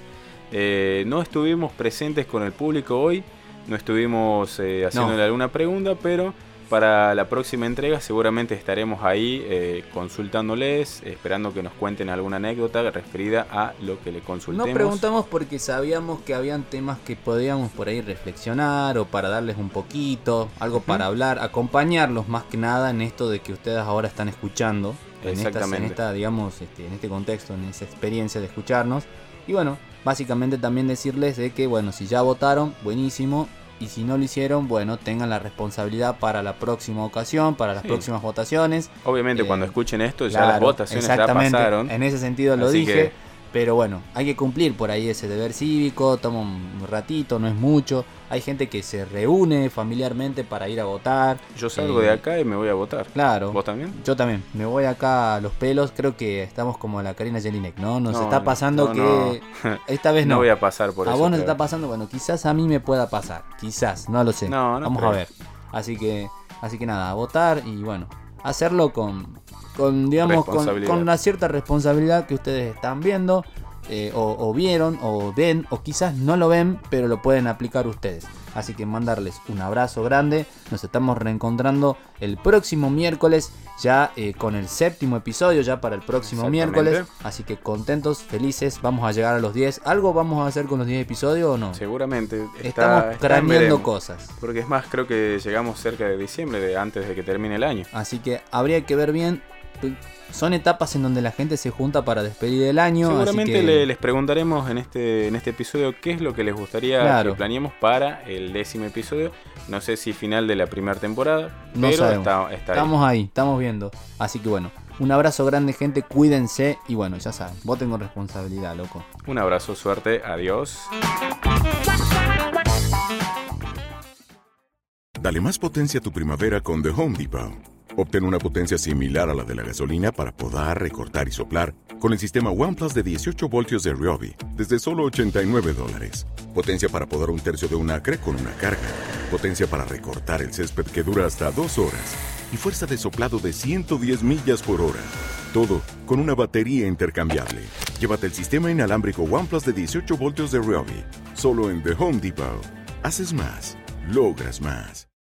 No estuvimos presentes con el público hoy, no estuvimos haciéndole alguna pregunta, pero para la próxima entrega seguramente estaremos ahí consultándoles, esperando que nos cuenten alguna anécdota referida a lo que le consultemos. No preguntamos porque sabíamos que habían temas que podíamos por ahí reflexionar o para darles un poquito, algo para hablar, acompañarlos más que nada en esto de que ustedes ahora están escuchando, Exactamente. digamos, en este contexto, en esa experiencia de escucharnos. Y bueno, básicamente también decirles de que, bueno, si ya votaron, buenísimo. Y si no lo hicieron, bueno, tengan la responsabilidad para la próxima ocasión, para las Sí. próximas votaciones. Obviamente cuando escuchen esto ya Claro, las votaciones ya exactamente, pasaron. En ese sentido lo Así dije. que- Pero bueno, hay que cumplir por ahí ese deber cívico, toma un ratito, no es mucho. Hay gente que se reúne familiarmente para ir a votar. Yo salgo de acá y me voy a votar. Claro. ¿Vos también? Yo también, me voy acá a los pelos, creo que estamos como la Karina Jelinek, ¿no? Nos No, está no, pasando no, que no. esta vez no. No voy a pasar por a eso. vos no te creo. está pasando, bueno, quizás a mí me pueda pasar, quizás, no lo sé. No, no Vamos creo. a ver. Así que nada, a votar y bueno, hacerlo con digamos, Responsabilidad. con una cierta responsabilidad que ustedes están viendo. O vieron, o ven, o quizás no lo ven, pero lo pueden aplicar ustedes. Así que mandarles un abrazo grande. Nos estamos reencontrando el próximo miércoles, ya con el 7º episodio, ya para el próximo Exactamente. miércoles. Así que contentos, felices, vamos a llegar a los 10. ¿Algo vamos a hacer con los 10 episodios o no? Seguramente. Estamos en craneando veremos. cosas. Porque es más, creo que llegamos cerca de diciembre, antes de que termine el año. Así que habría que ver bien. Son etapas en donde la gente se junta para despedir el año. Seguramente así que... les preguntaremos en este episodio qué es lo que les gustaría Claro. que planeemos para el 10º episodio. No sé si final de la primera temporada, No pero sabemos. está ahí. Estamos ahí, estamos viendo. Así que bueno, Un abrazo grande, gente, cuídense y bueno, ya saben, voten con responsabilidad, loco. Un abrazo, suerte, adiós. Dale más potencia a tu primavera con The Home Depot. Obtén una potencia similar a la de la gasolina para podar, recortar y soplar con el sistema OnePlus de 18 voltios de Ryobi desde solo $89. Potencia para podar 1/3 de un acre con una carga. Potencia para recortar el césped que dura hasta 2 horas. Y fuerza de soplado de 110 millas por hora. Todo con una batería intercambiable. Llévate el sistema inalámbrico OnePlus de 18 voltios de Ryobi. Solo en The Home Depot. Haces más. Logras más.